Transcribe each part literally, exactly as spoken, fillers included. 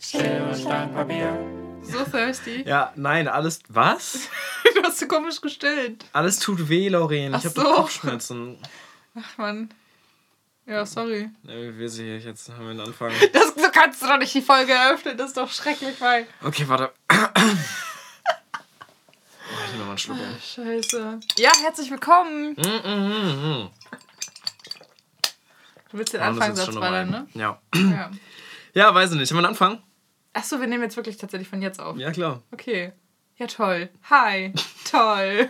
Schere, Stein, Papier. So thirsty. Ja, nein, alles... Was? Du hast so komisch gestillt. Alles tut weh, Lauren. Ach Ich habe so. doch Kopfschmerzen. Ach, Mann. Ja, sorry. Ja, wie will sie jetzt haben wir den Anfang. Das, so kannst du doch nicht die Folge eröffnen. Das ist doch schrecklich, weil... Okay, warte. Oh, ich nehme mal einen Schluck. Ach, scheiße. Ja, herzlich willkommen. Mm, mm, mm, mm. Du willst den Oh, das ist Anfangssatz schon ballern, normal. ne? Ja. Ja. Ja, weiß ich nicht. Haben wir einen Anfang? Achso, wir nehmen jetzt wirklich tatsächlich von jetzt auf. Ja, klar. Okay. Ja, toll. Hi. Toll.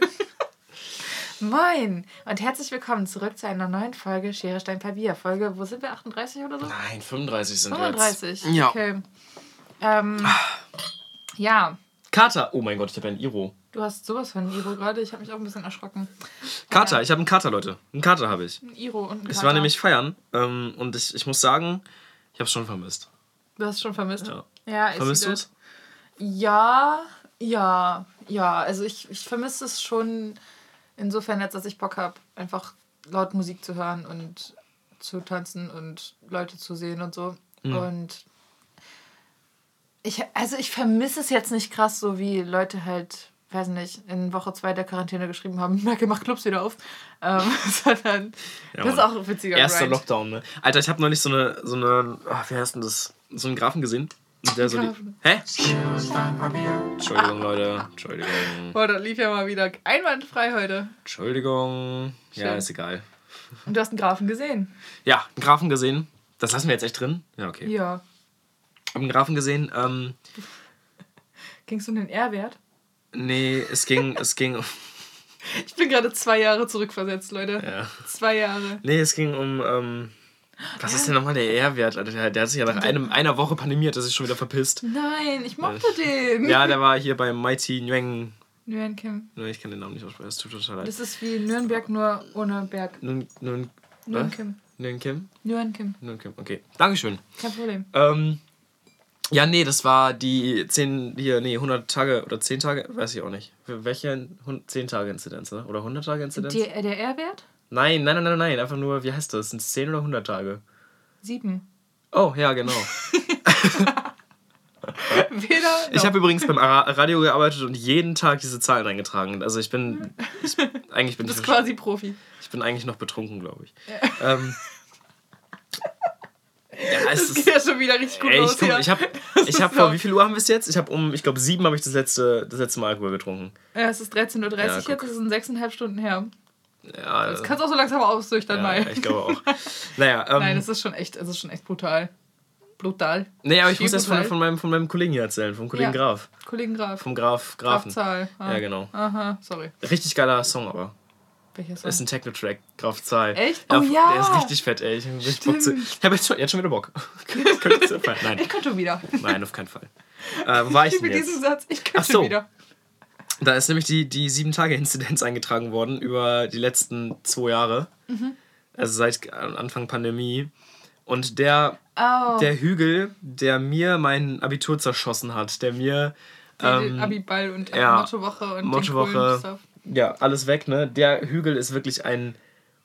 Moin. Und herzlich willkommen zurück zu einer neuen Folge Schere, Stein, Papier. Folge, wo sind wir? achtunddreißig oder so? Nein, fünfunddreißig sind fünfunddreißig. wir jetzt. Ja. Okay. Ähm, ja. Kater. Oh mein Gott, ich habe einen Iro. Du hast sowas von ein Iro gerade. Ich habe mich auch ein bisschen erschrocken. Kater, Ja. ich habe einen Kater, Leute. Einen Kater habe ich. Ein Iro und ein Ich Kater. war nämlich feiern ähm, und ich, ich muss sagen, ich habe es schon vermisst. Du hast es schon vermisst? Ja. Ja, ich Vermisst du es? Ja, ja, ja. Also ich, ich vermisse es schon insofern, als dass ich Bock habe, einfach laut Musik zu hören und zu tanzen und Leute zu sehen und so. Mhm. Und ich, also ich vermisse es jetzt nicht krass, so wie Leute halt, weiß nicht, in Woche zwei der Quarantäne geschrieben haben, Merkel macht Clubs wieder auf. Ähm, sondern Ja, das ist Mann. auch ein witziger Erster Grind. Lockdown, ne? Alter, ich habe neulich so eine, so eine, ach, wie heißt denn das? So einen Grafen gesehen. Der so die, Grafen. hä? Schere, Stein, Papier. Entschuldigung, Leute. Entschuldigung. Boah, das lief ja mal wieder einwandfrei heute. Entschuldigung. Ja, Schön. ist egal. Und du hast einen Grafen gesehen. Ja, einen Grafen gesehen. Das lassen wir jetzt echt drin? Ja, okay. Ja. Hab einen Grafen gesehen. Ähm, Ging es um den R-Wert? nee, es ging, es ging, Ich bin gerade zwei Jahre zurückversetzt, Leute. ja. Zwei Jahre. Nee, es ging um, ähm, was ist denn nochmal der R-Wert? Alter, der, der hat sich ja nach einem, einer Woche pandemiert, der ist sich schon wieder verpisst. Nein, ich mochte den. Ja, der war hier bei Mighty Nguyen. Nguyen Kim. Nee, ich kann den Namen nicht aussprechen, das tut total leid. Das ist wie Nürnberg, nur ohne Berg. Nun, nun, Nguyen was? Kim. Nguyen Kim? Nguyen Kim. Nun Kim, okay. Dankeschön. Kein Problem. Ähm, ja, nee, das war die zehn, hier, nee, hundert Tage oder zehn Tage, weiß ich auch nicht. Für welche zehn Tage Inzidenz, ne? Oder hundert Tage Inzidenz? Die, äh, der R-Wert? Nein, nein, nein, nein, nein, einfach nur, wie heißt das? Sind es zehn oder hundert Tage? Sieben. Oh, ja, genau. Weder. Ich habe übrigens beim Ara- Radio gearbeitet und jeden Tag diese Zahlen eingetragen. Also ich bin, ich, eigentlich bin Du ich, bist quasi Profi. ich bin eigentlich noch betrunken, glaube ich. Ja. Ähm, ja, es Das ist, geht ja schon wieder richtig gut ey, los ich, guck, hier. ich habe, ich habe vor, wie viel Uhr haben wir es jetzt? Ich habe um, ich glaube sieben habe ich das letzte, das letzte Mal Alkohol getrunken. Ja, es ist dreizehn Uhr dreißig Ja, jetzt, guck. das sind sechseinhalb Stunden her. Ja, Das kannst du auch so langsam ausdüchtern, ja, mal. ich glaube auch. Naja, ähm, Nein, es ist schon echt, es ist schon echt brutal. Brutal. nee, aber ich viel muss erst von, brutal. von, meinem, von meinem Kollegen hier erzählen, vom Kollegen Ja. Graf. Kollegen Graf. Vom Graf Grafen. Grafzahl. Ah. Ja, genau. Aha, sorry. Richtig geiler Song, aber. Welcher Song? Das ist ein Techno-Track, Graf Zahl. Echt? Oh ja! Der ist richtig fett, ey. Ich hab richtig Bock zu. Ich habe jetzt, schon- jetzt schon wieder Bock. Könntest du- Nein, Ich könnte wieder. nein, auf keinen Fall. Äh, wo war ich Ich denn liebe diesen jetzt? Satz. Ich könnte Ach so. wieder. Da ist nämlich die, die sieben Tage Inzidenz eingetragen worden über die letzten zwei Jahre. Mhm. Also seit Anfang Pandemie. Und der, Oh. der Hügel, der mir mein Abitur zerschossen hat, der mir Den ähm, Abiball und ja, Mottowoche und den Mottowoche. coolen Stuff. ja, alles weg, ne? Der Hügel ist wirklich ein,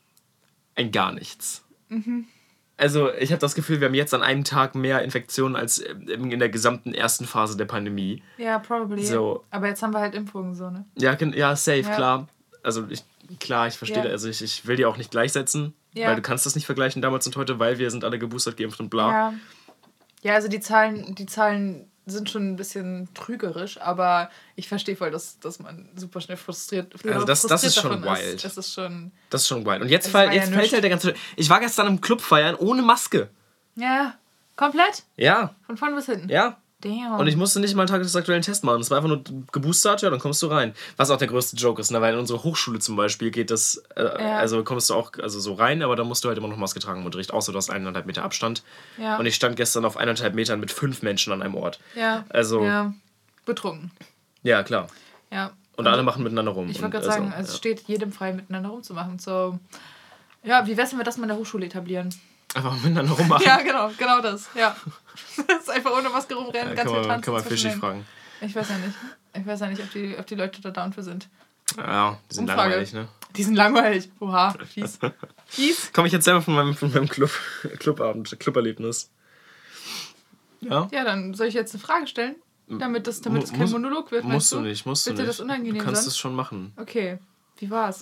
ein gar nichts. Mhm. Also ich habe das Gefühl, wir haben jetzt an einem Tag mehr Infektionen als in der gesamten ersten Phase der Pandemie. Ja, probably. So. Aber jetzt haben wir halt Impfungen so, ne? Ja, gen- ja safe, Ja. klar. Also ich, klar, ich verstehe, Ja. also ich, ich will die auch nicht gleichsetzen, Ja. weil du kannst das nicht vergleichen damals und heute, weil wir sind alle geboostert, geimpft und bla. Ja. Ja, also die Zahlen, die Zahlen sind schon ein bisschen trügerisch, aber ich verstehe voll, dass, dass man super schnell frustriert, Also das- das ist schon davon wild. Ist. Das ist schon. Das ist schon wild. Und jetzt, Es fall, war ja jetzt fällt nichts. halt der ganze... Ich war gestern im Club feiern ohne Maske. Ja, komplett? Ja, Von vorn bis hinten? ja. Damn. Und ich musste nicht mal einen tagesaktuellen Test machen. Es war einfach nur geboostert, ja, dann kommst du rein. Was auch der größte Joke ist, ne? Weil in unserer Hochschule zum Beispiel geht das, äh, Ja. also kommst du auch also so rein, aber dann musst du halt immer noch Maske tragen im Unterricht, außer du hast eineinhalb Meter Abstand. Ja. Und ich stand gestern auf eineinhalb Metern mit fünf Menschen an einem Ort. Ja. Also, ja, Ja. Betrunken. klar. Ja. Und alle machen miteinander rum. Ich wollte Und gerade sagen, also, es steht jedem frei, miteinander rumzumachen. So. Ja, wie wär's, wenn wir das mal in der Hochschule etablieren? Einfach miteinander rummachen. Ja, genau, genau das. Ja. Das ist einfach ohne Maske rumrennen, Ja, ganz kann viel man, tanzen. kann man zwischen Fischig den- fragen. Ich weiß ja nicht. Ich weiß ja nicht, ob die, ob die Leute da down für sind. Ja, die sind Umfrage. langweilig, ne? Die sind langweilig. Oha, fies. Fies. Komm, ich erzähl mal von meinem, von meinem Club, Clubabend, Cluberlebnis. Ja? Ja, dann soll ich jetzt eine Frage stellen, damit das, damit es kein Muss- Monolog wird. Musst meinst du nicht, musst du Wird dir nicht. das unangenehm Du kannst sein? es schon machen. Okay, wie war's?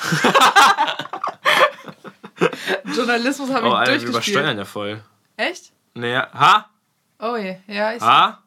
Journalismus habe Oh, ich Alter, wir durchgespielt. übersteuern ja voll. Echt? Naja, ha? Oh je, ja, ich... Ha?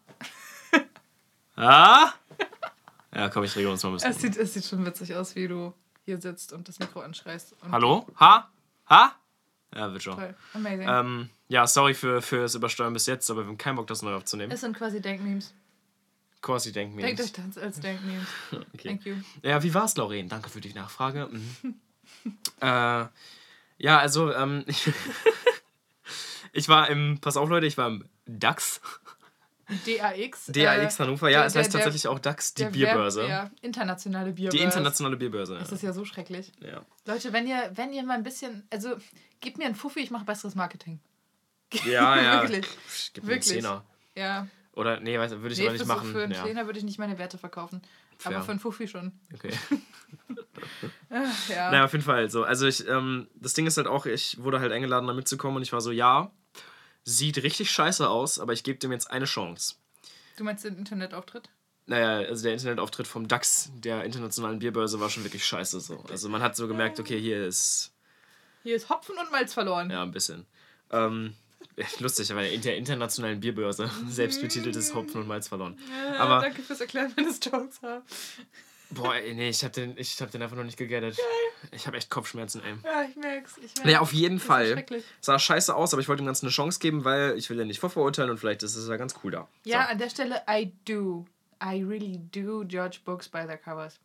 Ha? Ja, komm, ich regle uns mal ein bisschen. Es sieht, es sieht schon witzig aus, wie du hier sitzt und das Mikro anschreist. Und Hallo? Ha? Ha? Ja, wird schon. Toll, amazing. Ähm, ja, sorry für, für das Übersteuern bis jetzt, aber wir haben keinen Bock, das neu aufzunehmen. Es sind quasi Denkmemes. Quasi denken wir. Denkt euch das als Denkmemes. Okay. Thank you. Ja, wie war's, Lauren? Danke für die Nachfrage. Mhm. äh, ja, also, ähm, ich, ich war im, pass auf, Leute, ich war im DAX. D A X. D A X äh, Hannover, ja, der- es heißt der- tatsächlich auch DAX, die der Bierbörse. Werb- Ja, internationale Bierbörse. Die internationale Bierbörse. Das ist ja so schrecklich. Ja. Leute, wenn ihr, wenn ihr mal ein bisschen, also gebt mir einen Fuffi, ich mache besseres Marketing. Ja, ja. Wirklich. Pff, Gib mir einen Wirklich. Zehner. Ja. Oder, nee, weiß, würde ich Nee, aber nicht für, machen. für einen ja. Zehner würde ich nicht meine Werte verkaufen. Fair. Aber für einen Fuffi schon. Okay. Ach, ja. Naja, auf jeden Fall so. Also ich, ähm, das Ding ist halt auch, ich wurde halt eingeladen, da mitzukommen und ich war so, ja, sieht richtig scheiße aus, aber ich gebe dem jetzt eine Chance. Du meinst den Internetauftritt? Naja, also der Internetauftritt vom DAX, der internationalen Bierbörse, war schon wirklich scheiße so. Also man hat so gemerkt, okay, hier ist, Hier ist Hopfen und Malz verloren. ja, ein bisschen. Ähm, lustig, aber in der internationalen Bierbörse, selbstbetiteltes Hopfen und Malz verloren. Ja, Aber- danke fürs Erklären meines Jokes. Ja, Boah, ey, nee, ich hab den, ich hab den einfach noch nicht gegettet. Ich hab echt Kopfschmerzen, ey. ja ich merk's. Ich merk's. Naja, auf jeden Das ist Fall. schrecklich. Sah scheiße aus, aber ich wollte dem Ganzen eine Chance geben, weil ich will ja nicht vorverurteilen und vielleicht ist es ja ganz cool da. Ja, an der Stelle, I do. I really do judge books by their covers.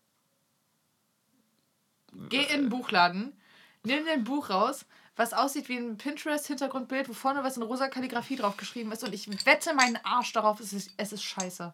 Geh in den Buchladen, nimm dir ein Buch raus, was aussieht wie ein Pinterest-Hintergrundbild, wo vorne was in rosa Kalligrafie draufgeschrieben ist und ich wette meinen Arsch darauf, es ist, es ist scheiße.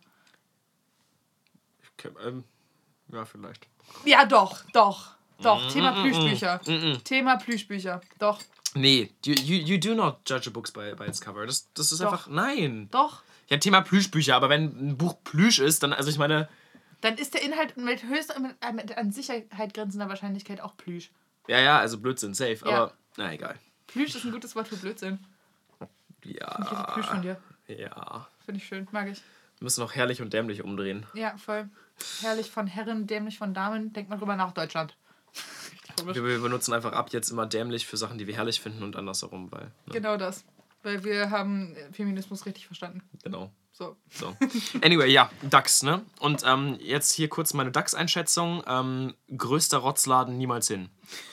Okay, ähm, ja, vielleicht. Ja, doch, doch, doch. Mm, Thema mm, mm, Plüschbücher. mm, mm. Thema Plüschbücher. Doch, Nee, you, you, you do not judge a books by, by its cover. Das, das ist Doch. einfach, nein. doch. Ja, Thema Plüschbücher, aber wenn ein Buch Plüsch ist, dann, also ich meine, Dann ist der Inhalt mit höchster, mit, äh, mit an Sicherheit grenzender Wahrscheinlichkeit auch Plüsch. ja, ja, also Blödsinn, safe, Ja. aber, na egal. Plüsch ist ein gutes Wort für Blödsinn. Ich hätte Plüsch von Ja, dir. ja. Finde ich schön, mag ich. Wir müssen noch herrlich und dämlich umdrehen. Ja, voll. Herrlich von Herren, dämlich von Damen. Denkt mal drüber nach, Deutschland. Komisch. Wir, wir benutzen einfach ab jetzt immer dämlich für Sachen, die wir herrlich finden und andersherum, weil, ne, Genau das. Weil wir haben Feminismus richtig verstanden. genau. So. So. Anyway, ja, DAX, ne? Und ähm, jetzt hier kurz meine DAX-Einschätzung. Ähm, größter Rotzladen niemals hin.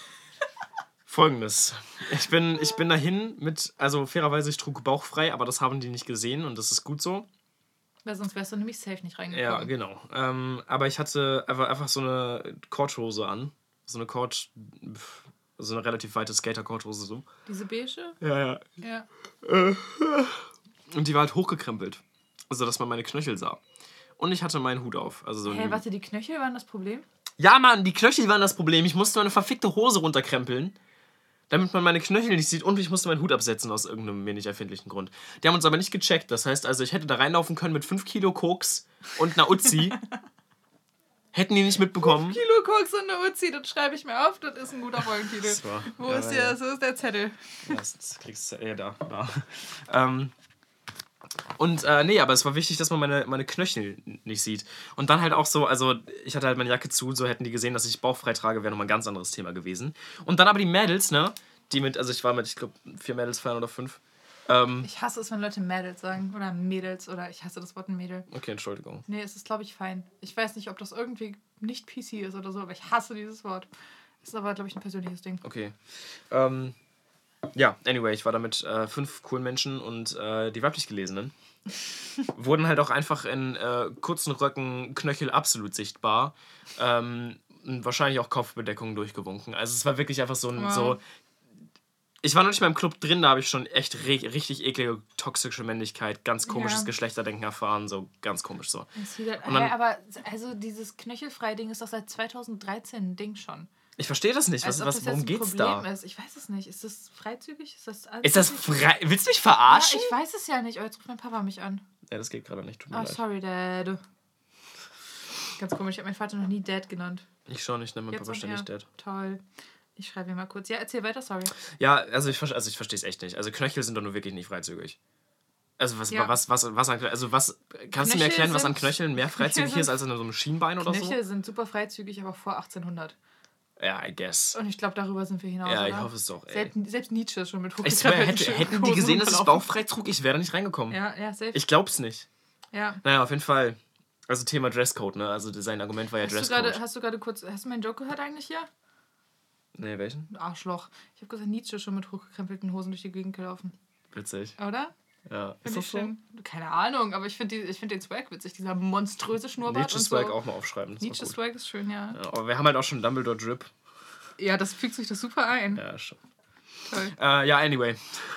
Folgendes. Ich bin, ich bin dahin mit, also fairerweise, ich trug bauchfrei, aber das haben die nicht gesehen und das ist gut so. Weil sonst wärst du nämlich safe nicht Ja, reingekommen. genau. Ähm, aber ich hatte einfach, einfach so eine Korthose an. So eine Kord, so eine relativ weite Skater-Korthose so. Diese beige? Ja, ja. Ja. Und die war halt hochgekrempelt. Also, dass man meine Knöchel sah. Und ich hatte meinen Hut auf. Also so Hey, ein- warte, die Knöchel waren das Problem? Ja, Mann, die Knöchel waren das Problem. Ich musste meine verfickte Hose runterkrempeln, damit man meine Knöchel nicht sieht. Und ich musste meinen Hut absetzen aus irgendeinem wenig erfindlichen Grund. Die haben uns aber nicht gecheckt. Das heißt, also ich hätte da reinlaufen können mit fünf Kilo Koks und einer Uzi. Hätten die nicht mitbekommen. Kilo Koks und eine Uzi, das schreibe ich mir auf, das ist ein guter Folgentitel. Das war- Wo ja, ist ja. der, wo ist der Zettel? Ja, das, das kriegst du. Ja, da. da. Ähm, und äh, nee, aber es war wichtig, dass man meine, meine Knöchel nicht sieht. Und dann halt auch so, also ich hatte halt meine Jacke zu, so hätten die gesehen, dass ich bauchfrei trage, wäre nochmal ein ganz anderes Thema gewesen. Und dann aber die Mädels, ne, die mit, also ich war mit, ich glaube, vier Mädels feiern oder fünf. Ähm, Ich hasse es, wenn Leute Mädels sagen. Oder Mädels. Oder ich hasse das Wort Mädel. okay, Entschuldigung. Nee, es ist, glaube ich, fein. Ich weiß nicht, ob das irgendwie nicht P C ist oder so, aber ich hasse dieses Wort. Ist aber, glaube ich, ein persönliches Ding. Okay. Ähm, ja, anyway, ich war da mit äh, fünf coolen Menschen und äh, die weiblich Gelesenen wurden halt auch einfach in äh, kurzen Röcken, Knöchel absolut sichtbar. Ähm, und wahrscheinlich auch Kopfbedeckung durchgewunken. Also es war wirklich einfach so ein, Wow. so... Ich war noch nicht mal im Club drin, da habe ich schon echt re- richtig eklige, toxische Männlichkeit, ganz komisches Ja. Geschlechterdenken erfahren, so ganz komisch so. Das sieht halt, Und dann- hey, aber also dieses Knöchelfrei-Ding ist doch seit zweitausenddreizehn ein Ding schon. Ich verstehe das nicht, was, Als ob was, das worum jetzt ein geht's Problem da? ist. Ich weiß es nicht. Ist das freizügig? Ist das Ist das allzügig? frei... Willst du mich Ja, verarschen? ich weiß es ja nicht. Oh, jetzt ruft mein Papa mich an. Ja, das geht gerade nicht, tut mir Oh, leid. sorry, Dad. Ganz komisch, ich habe meinen Vater noch nie Dad genannt. Ich schon, ich nenne meinen Jetzt Papa und ständig her. Dad. Toll. Ich schreibe ihm mal kurz. Ja, erzähl weiter, sorry. Ja, also ich, ver- also ich verstehe es echt nicht. Also Knöchel sind doch nur wirklich nicht freizügig. Also was, Ja. was, was, was, an, also was, kannst du mir Knöchel erklären, was an sind- Knöcheln mehr freizügig Knöchel ist als an so einem Schienbein oder Knöchel sind super freizügig, aber vor achtzehnhundert. so? Ja, I guess. Und ich glaube, darüber sind wir hinaus, Ja, oder? ich hoffe es doch, ey. Selbst, selbst Nietzsche ist schon mit Ich swear, hochgekrempelten hätte, hätten die Hosen gesehen, dass ich rumgelaufen. bauchfrei trug, ich wäre nicht reingekommen. Ja, ja, safe. Ich glaub's nicht. Ja. Naja, auf jeden Fall. Also Thema Dresscode, ne? Also sein Argument war ja Hast du Dresscode. gerade, hast du gerade kurz, hast du meinen Joke gehört eigentlich hier? Nee, welchen? Arschloch. Ich habe gesagt, Nietzsche ist schon mit hochgekrempelten Hosen durch die Gegend gelaufen. Witzig. Oder? Ja. Ist Finde das ich so? schön. Keine Ahnung, aber ich finde find den Swag witzig. Dieser monströse Schnurrbart Nietzsche und Swag so. auch mal aufschreiben. Das Nietzsche war gut. Swag ist schön, ja. Ja, aber wir haben halt auch schon Dumbledore Drip. Ja, das fügt sich das super ein. Ja, schon. Toll. Äh, ja, anyway.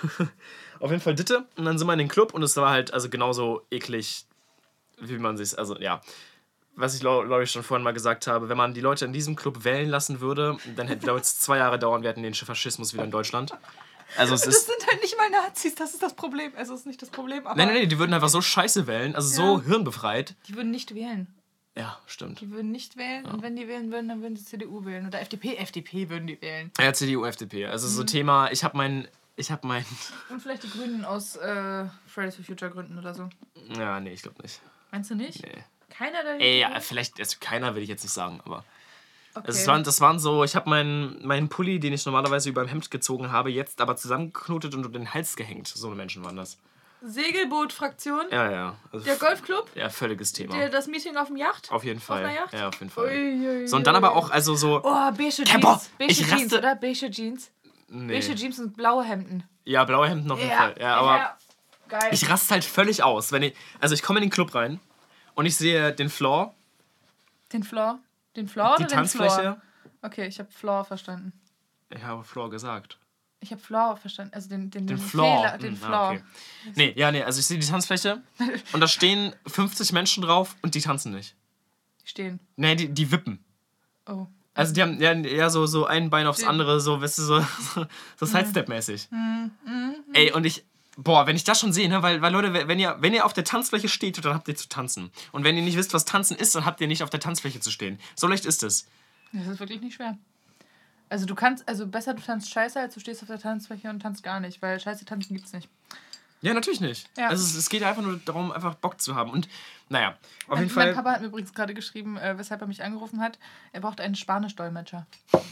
Auf jeden Fall Ditte. Und dann sind wir in den Club und es war halt also genauso eklig, wie man sich, also ja. Was ich glaube ich schon vorhin mal gesagt habe, wenn man die Leute in diesem Club wählen lassen würde, dann hätte glaube ich zwei Jahre dauern, wir hätten den Faschismus wieder in Deutschland. Also es Das ist. sind halt nicht mal Nazis, das ist das Problem. Also ist nicht das Problem, aber Nein, nein, nein, die würden einfach so scheiße wählen, also so Ja. hirnbefreit. die würden nicht wählen. Ja, stimmt. Die würden nicht wählen und wenn die wählen würden, dann würden die C D U wählen. Oder F D P. F D P würden die wählen. Ja, C D U, F D P. Also Mhm. so Thema, ich habe mein. Ich habe mein. Und vielleicht die Grünen aus äh, Fridays for Future Gründen oder so. Ja, nee, ich glaube nicht. Meinst du nicht? Nee. Keiner der Ey, ja, vielleicht, also keiner will ich jetzt nicht sagen, aber. Okay. Also es waren, das waren so, ich habe meinen meinen Pulli, den ich normalerweise über dem Hemd gezogen habe, jetzt aber zusammengeknotet und um den Hals gehängt. So eine Menschen waren das. Segelboot-Fraktion? Ja, ja. Also, Der Golfclub? ja, völliges Thema. Der, das Meeting auf dem Yacht? Auf jeden Fall. einer Yacht? Ja, auf jeden Fall. Uiuiui. So, und dann aber auch, also so. Oh, beige Ja, boah, Jeans. Beige ich Jeans, raste- oder? Beige Jeans. Nee. Beige Jeans und blaue Hemden. Ja, blaue Hemden auf jeden Fall. Ja, aber Geil. ich raste halt völlig aus. Wenn ich, also ich komme in den Club rein und ich sehe den Floor, Den Floor? Den Floor die oder den Tanzfläche. Floor? Okay, ich habe Floor verstanden. Ich habe Floor gesagt. Ich habe Floor verstanden. Also den, den, Den den Floor. Fehler, den Hm, Floor. ah, okay. Nee, ja, nee, also ich sehe die Tanzfläche und da stehen fünfzig Menschen drauf und die tanzen nicht. Die stehen. Nee, die, die wippen. Oh. Also die haben ja, ja so, so ein Bein aufs Die- andere, so, weißt du, so, so, so Sidestep-mäßig. Ey, und ich, boah, wenn ich das schon sehe, ne, weil, weil Leute, wenn ihr, wenn ihr auf der Tanzfläche steht, dann habt ihr zu tanzen. Und wenn ihr nicht wisst, was tanzen ist, dann habt ihr nicht auf der Tanzfläche zu stehen. So leicht ist es. Das ist wirklich nicht schwer. Also du kannst, also besser du tanzt scheiße, als du stehst auf der Tanzfläche und tanzt gar nicht, weil scheiße tanzen gibt's nicht. Ja, natürlich nicht. Ja. Also es, es geht einfach nur darum, einfach Bock zu haben. Und naja, auf Mein, jeden mein Fall. Papa hat mir übrigens gerade geschrieben, äh, weshalb er mich angerufen hat. Er braucht einen Spanisch-Dolmetscher.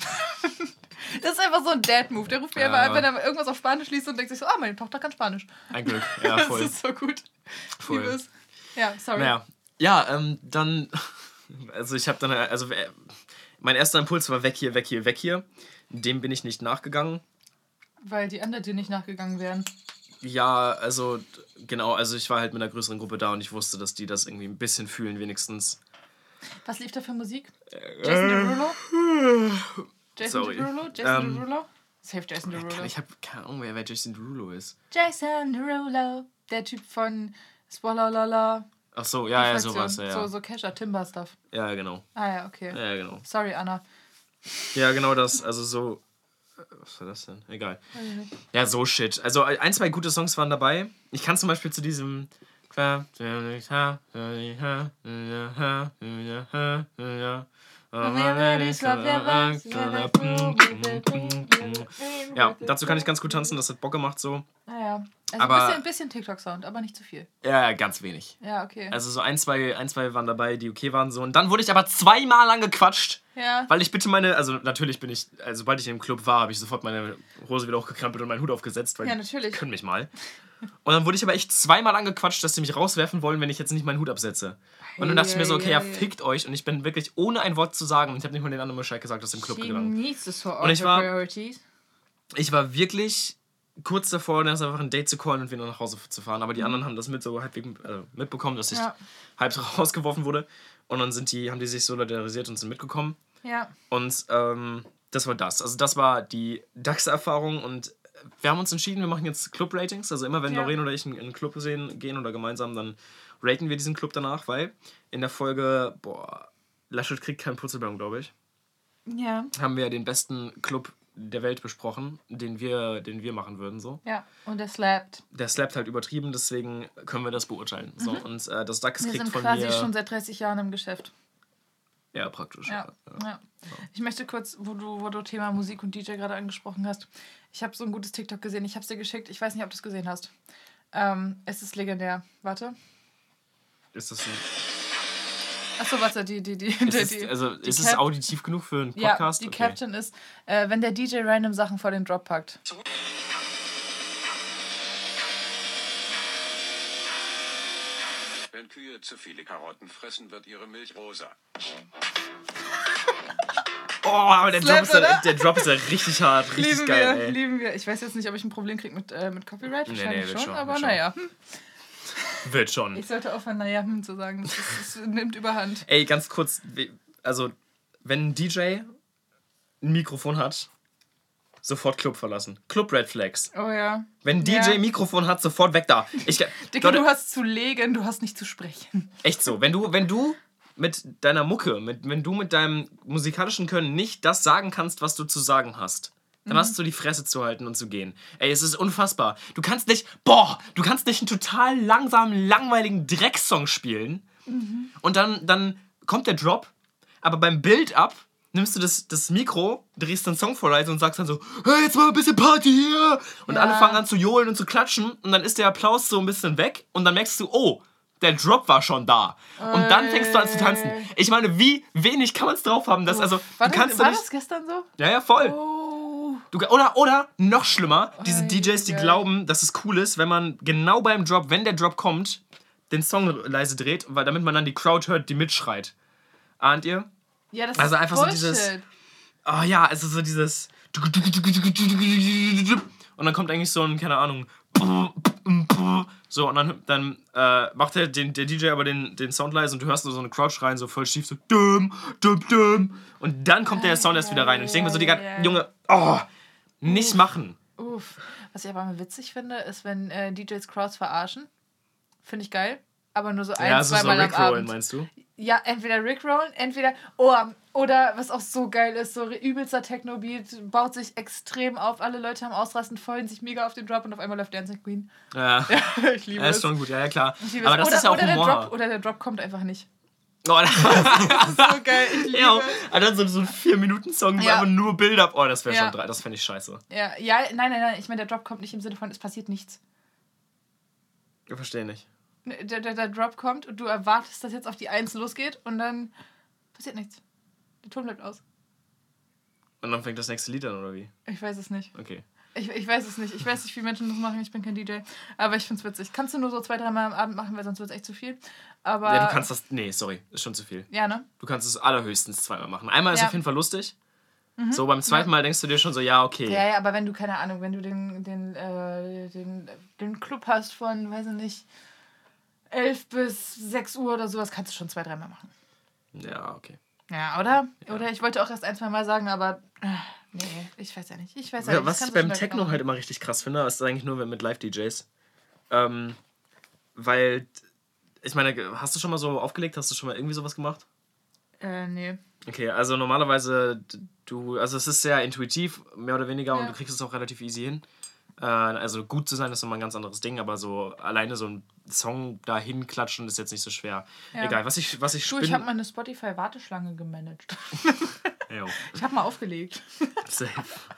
Das ist einfach so ein Dad-Move. Der ruft mir Ja. immer an, wenn er irgendwas auf Spanisch liest und denkt sich so, ah, meine Tochter kann Spanisch. Ein Glück. Ja, Das voll. ist so gut. Ich Voll. liebe es. Ja, sorry. Naja. Ja, ähm, dann. Also ich habe dann. Also äh, mein erster Impuls war weg hier, weg hier, weg hier. Dem bin ich nicht nachgegangen. Weil die anderen dir nicht nachgegangen wären. Ja, also d- genau, also ich war halt mit einer größeren Gruppe da und ich wusste, dass die das irgendwie ein bisschen fühlen, wenigstens. Was lief da für Musik? Jason Derulo? Jason sorry. Derulo? Jason Ähm, Derulo? Safe Jason Derulo. Ich habe keine Ahnung, wer, wer Jason Derulo ist. Jason Derulo. Der Typ von Swallalala. Ach so, ja, ja, Fraktion. sowas, ja, ja. So, so Kesha Timber Stuff. Ja, genau. Ah ja, okay. Ja, genau. Sorry, Anna. Ja, genau das, also so. äh, Was war das denn? Egal. Ja, so shit. Also ein, zwei gute Songs waren dabei. Ich kann zum Beispiel zu diesem. Ja, dazu kann ich ganz gut tanzen, das hat Bock gemacht so. Naja. Also Aber- ein bisschen, bisschen TikTok-Sound, aber nicht zu viel. Ja, ganz wenig. Ja, okay. Also so ein, zwei, ein, zwei waren dabei, die okay waren so. Und dann wurde ich aber zweimal angequatscht, ja. weil ich bitte meine, also natürlich bin ich, also sobald ich im Club war, habe ich sofort meine Hose wieder hochgekrempelt und meinen Hut aufgesetzt, weil Ja, die natürlich. können mich mal. Und dann wurde ich aber echt zweimal angequatscht, dass sie mich rauswerfen wollen, wenn ich jetzt nicht meinen Hut absetze. Und dann dachte ich mir so, okay, ja, fickt euch. Und ich bin wirklich ohne ein Wort zu sagen, und ich habe nicht mal den anderen Bescheid gesagt, dass im Club She gegangen. needs to sort Und ich war- priorities. Ich war wirklich kurz davor, das einfach ein Date zu callen und wieder nach Hause zu fahren. Aber die anderen haben das mit so halbwegs äh, mitbekommen, dass ich Ja. halb rausgeworfen wurde. Und dann sind die, haben die sich solidarisiert und sind mitgekommen. Ja. Und ähm, das war das. Also das war die D A X-Erfahrung und wir haben uns entschieden, wir machen jetzt Club-Ratings. Also immer wenn Ja. Lorraine oder ich in einen Club sehen, gehen oder gemeinsam, dann raten wir diesen Club danach, weil in der Folge, boah, Laschet kriegt keinen Purzelbaum, glaube ich, Ja. haben wir den besten Club der Welt besprochen, den wir, den wir machen würden. So. Ja. Und der slappt. Der slappt halt übertrieben, deswegen können wir das beurteilen. So, und äh, das D A X Wir kriegt sind von quasi mir... schon seit dreißig Jahren im Geschäft. Ja, praktisch. Ja. ja. Ich möchte kurz, wo du, wo du Thema Musik und D J gerade angesprochen hast, ich habe so ein gutes TikTok gesehen, ich habe es dir geschickt, ich weiß nicht, ob du es gesehen hast. Ähm, es ist legendär. Warte. Ist das ein... Achso, warte, die, die, die, Ist, die, es, die also, die ist es Cap- auditiv genug für einen Ja, Podcast? die Okay. Caption ist, äh, wenn der D J random Sachen vor den Drop packt. Wenn Kühe zu viele Karotten fressen, wird ihre Milch rosa. Oh, aber der, Slap, Drop ist ja, oder? der Drop ist ja richtig hart, richtig Lieben geil, wir, ey. lieben wir. Ich weiß jetzt nicht, ob ich ein Problem kriege mit, äh, mit Copyright. Nee, Wahrscheinlich nee, wird schon, schon, aber wird schon. naja. Hm. Wird schon. Ich sollte aufhören, naja, hm zu sagen. Das, ist, das nimmt überhand. Ey, ganz kurz, also, wenn ein D J ein Mikrofon hat, sofort Club verlassen. Club Red Flags. Oh ja. Wenn ein D J Ja. ein Mikrofon hat, sofort weg da. Ich, Dicke, Leute, du hast zu legen, du hast nicht zu sprechen. echt so. Wenn du, wenn du mit deiner Mucke, mit, wenn du mit deinem musikalischen Können nicht das sagen kannst, was du zu sagen hast, dann hast du die Fresse zu halten und zu gehen. Ey, es ist unfassbar. Du kannst nicht, boah, du kannst nicht einen total langsamen, langweiligen Drecksong spielen und dann, dann kommt der Drop, aber beim Build-Up nimmst du das, das Mikro, drehst den Song vor leise und sagst dann so, hey, jetzt mal ein bisschen Party hier. Und Ja. alle fangen an zu johlen und zu klatschen und dann ist der Applaus so ein bisschen weg und dann merkst du, oh, der Drop war schon da. Und dann fängst du an zu tanzen. Ich meine, wie wenig kann man es drauf haben, dass, also, War, du das, kannst war doch nicht... das gestern so? Ja, ja, voll. Oh. Du, oder, oder, noch schlimmer, diese Ei, D Js, die geil. glauben, dass es cool ist, wenn man genau beim Drop, wenn der Drop kommt, den Song leise dreht, weil damit man dann die Crowd hört, die mitschreit. Ahnt ihr? Ja, das Also ist einfach so Bullshit. dieses- Oh ja, also so dieses... Und dann kommt eigentlich so ein, keine Ahnung... So, und dann, dann äh, macht der, den, der D J aber den, den Sound leise und du hörst nur so eine Crowd schreien, so voll schief, so dum, dum, dum. Und dann kommt der Sound erst wieder rein. Und ich denke mir so, Digga, Ja, ja. Junge, oh, nicht machen. Uff. Was ich aber mal witzig finde, ist, wenn äh, D Js Crowds verarschen. Finde ich geil. Aber nur so ein, Ja, so, so zweimal am Rickrollen, Abend. meinst du? Ja, entweder Rickrollen, entweder... Oh, oder was auch so geil ist, so übelster Techno-Beat, baut sich extrem auf, alle Leute haben Ausrasten, freuen sich mega auf den Drop und auf einmal läuft Dancing Queen. Ja, Ich liebe ja es. ist schon gut, ja, ja klar. Ich liebe Aber es. das oder, ist ja auch oder, der Humor. Drop, oder der Drop kommt einfach nicht. Oh, Das ist so geil, ich liebe ja, es. und dann so, so ein vier Minuten Song, wo Ja. einfach nur Build-Up. Oh, das wäre Ja. schon drei, das fände ich scheiße. Ja, ja, nein, nein, nein, ich meine, der Drop kommt nicht im Sinne von, es passiert nichts. Ich verstehe nicht. Der, der, der Drop kommt und du erwartest, dass jetzt auf die Eins losgeht und dann passiert nichts. Der Ton bleibt aus. Und dann fängt das nächste Lied an, oder wie? Ich weiß es nicht. Okay. Ich, ich weiß es nicht. Ich weiß nicht, wie Menschen das machen. Ich bin kein D J. Aber ich find's witzig. Kannst du nur so zwei, dreimal am Abend machen, weil sonst wird's echt zu viel. Aber. Ja, du kannst das. Nee, sorry, ist schon zu viel. Ja, ne? Du kannst es allerhöchstens zweimal machen. Einmal ist Ja. auf jeden Fall lustig. So, beim zweiten Mal denkst du dir schon so, ja, okay. Ja, ja, aber wenn du, keine Ahnung, wenn du den, den, äh, den, den Club hast von, weiß ich nicht, elf bis sechs Uhr oder sowas, kannst du schon zwei, dreimal machen. Ja, okay. Ja, oder? Oder ich wollte auch erst ein, zwei Mal sagen, aber. Äh, nee, ich weiß ja nicht. Ich weiß ja, Ja, nicht. was Kannst ich du beim schnell Techno machen. halt immer richtig krass finde, ist eigentlich nur mit Live-D Js. Ähm, weil, ich meine, hast du schon mal so aufgelegt? Hast du schon mal irgendwie sowas gemacht? Äh, nee. Okay, also normalerweise, du, also es ist sehr intuitiv, mehr oder weniger, und Ja. du kriegst es auch relativ easy hin. Äh, also gut zu sein ist nochmal ein ganz anderes Ding, aber so alleine so ein Song dahin klatschen ist jetzt nicht so schwer. Ja. Egal, was ich, was ich Du, spinne... ich habe meine Spotify-Warteschlange gemanagt. Jo, Ich habe mal aufgelegt. safe.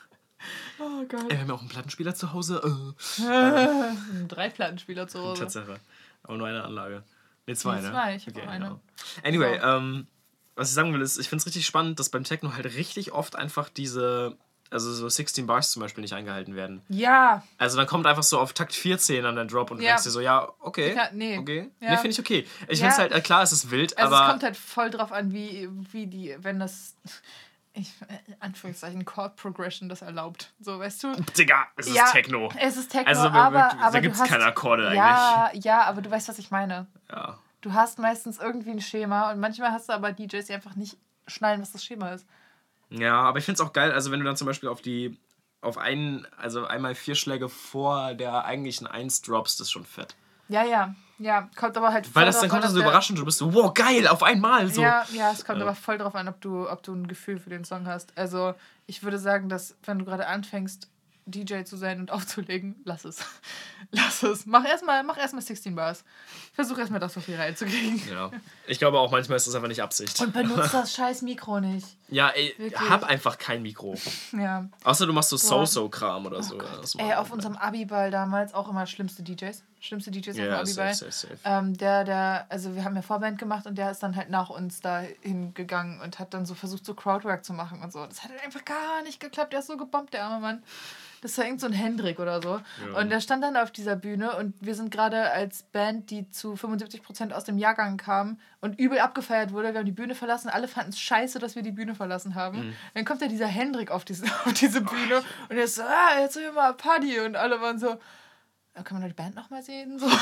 Oh Gott. Ey, wir haben ja auch einen Plattenspieler zu Hause. Äh, Ein Drei-Plattenspieler zu Hause. Tatsache. Aber nur eine Anlage. Ne, zwei, Nee, ne? zwei, ich hab auch eine. genau. Anyway, So. ähm, was ich sagen will, ist, ich finde es richtig spannend, dass beim Techno halt richtig oft einfach diese, also so sechzehn Bars zum Beispiel nicht eingehalten werden. Ja. Also dann kommt einfach so auf Takt vierzehn an der Drop und du Ja. denkst dir so, ja, okay. Ja, nee. Okay. Ja. Nee, finde ich okay. Ich Ja. finde es halt, äh, klar, es ist wild, Also aber. es kommt halt voll drauf an, wie, wie die, wenn das, ich, in Anführungszeichen, Chord Progression das erlaubt. So, weißt du? Digga, es ist Ja, Techno. Es ist Techno, Also, aber, da aber gibt's du hast, keine Akkorde ja, ja, aber du weißt, was ich meine. Ja. Du hast meistens irgendwie ein Schema und manchmal hast du aber D Js, die einfach nicht schnallen, was das Schema ist. Ja, aber ich finde es auch geil, also wenn du dann zum Beispiel auf die, auf einen, also einmal vier Schläge vor der eigentlichen Eins droppst, ist schon fett. Ja, ja, ja, kommt aber halt voll Weil das dann drauf kommt an, so ob der- überraschend, du bist so, wow, geil, auf einmal, so. Ja, ja, es kommt Ja. aber voll drauf an, ob du, ob du ein Gefühl für den Song hast. Also ich würde sagen, dass wenn du gerade anfängst, D J zu sein und aufzulegen, lass es. Lass es. Mach erstmal mach erstmal sechzehn Bars. Versuch erstmal das so viel reinzukriegen. Ja. Ich glaube auch, manchmal ist das einfach nicht Absicht. Und benutzt das scheiß Mikro nicht. Ja, ey, Wirklich. hab einfach kein Mikro. Ja. Außer du machst so So-So-Kram oder so. Ja, das Ey, macht auf man. unserem Abiball damals auch immer schlimmste D Js. schlimmste D Js auf Ja, dem Abi safe, bei. safe, safe. Ähm, der, der, also wir haben ja Vorband gemacht und der ist dann halt nach uns da hingegangen und hat dann so versucht, so Crowdwork zu machen und so. Das hat halt einfach gar nicht geklappt. Der ist so gebombt, der arme Mann. Das war irgend so ein Hendrik oder so. Ja. Und der stand dann auf dieser Bühne und wir sind gerade als Band, die zu fünfundsiebzig Prozent aus dem Jahrgang kam und übel abgefeiert wurde. Wir haben die Bühne verlassen. Alle fanden es scheiße, dass wir die Bühne verlassen haben. Mhm. Dann kommt da dieser Hendrik auf diese, auf diese Bühne und er ist so, ah, jetzt sind wir mal Party. Und alle waren so, kann man die Band noch mal sehen? So.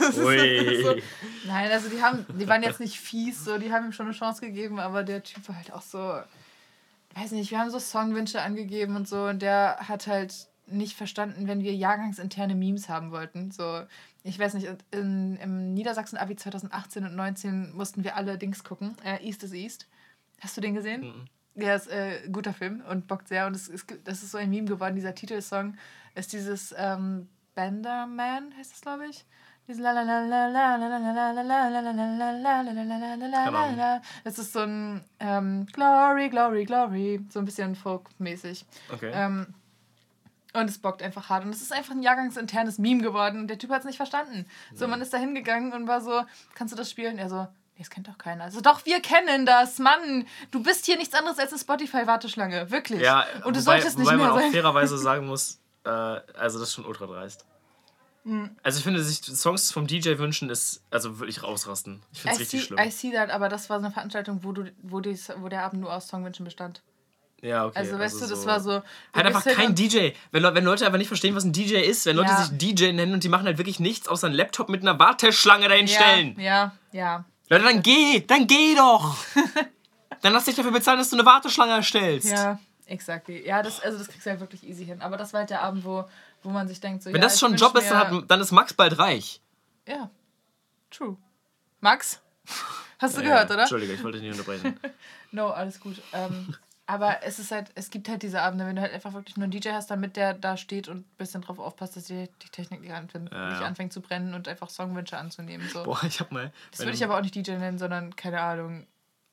Ui. so. Nein, also die haben, die waren jetzt nicht fies, so, die haben ihm schon eine Chance gegeben, aber der Typ war halt auch so, weiß nicht, wir haben so Songwünsche angegeben und so und der hat halt nicht verstanden, wenn wir jahrgangsinterne Memes haben wollten. So, ich weiß nicht, in, im Niedersachsen-Abi zwanzig achtzehn und neunzehn mussten wir alle Dings gucken. Äh, East is East. Hast du den gesehen? Mhm. Der ist äh, ein guter Film und bockt sehr. Und es ist, das ist so ein Meme geworden. Dieser Titelsong ist dieses ähm, Banderman, heißt das, glaube ich. Dieses la la la la la la la la la la la la la. Das ist so ein ähm, Glory, Glory, Glory. So ein bisschen Folk-mäßig. Okay. Ähm, Und es bockt einfach hart. Und es ist einfach ein jahrgangsinternes Meme geworden. Der Typ hat es nicht verstanden. So, man ist da hingegangen und war so, kannst du das spielen? Er so, nee, das kennt doch keiner. Also doch, wir kennen das, Mann. Du bist hier nichts anderes als eine Spotify-Warteschlange. Wirklich. Ja, und du wobei, solltest nicht wobei mehr man sein. auch fairerweise sagen muss, äh, also das ist schon ultra dreist. Mhm. Also ich finde, sich Songs vom D J wünschen, ist also wirklich rausrasten. Ich finde es richtig see, schlimm. I see that, aber das war so eine Veranstaltung, wo, du, wo, dies, wo der Abend nur aus Songwünschen bestand. Ja, okay. Also, weißt also du, das so war so... Halt einfach kein D J. Wenn, Le- wenn Leute einfach nicht verstehen, was ein D J ist, wenn Leute ja. sich D J nennen und die machen halt wirklich nichts außer einen Laptop mit einer Warteschlange dahin ja, stellen. Ja, ja. Leute, dann geh, dann geh doch. Dann lass dich dafür bezahlen, dass du eine Warteschlange erstellst. Ja, exactly. Ja, das, also das kriegst du halt wirklich easy hin. Aber das war halt der Abend, wo, wo man sich denkt, so... Wenn ja, das schon ein Job ist, dann, hat, dann ist Max bald reich. Ja, true. Max? Hast du ja, gehört, ja. oder? Entschuldige, ich wollte dich nicht unterbrechen. No, alles gut. Ähm, aber es ist halt, es gibt halt diese Abende, wenn du halt einfach wirklich nur einen D J hast, damit der da steht und ein bisschen drauf aufpasst, dass die, die Technik nicht anfängt, ja, nicht ja. anfängt zu brennen und einfach Songwünsche anzunehmen. So. Boah, ich hab mal... Das würde ich aber auch nicht D J nennen, sondern, keine Ahnung...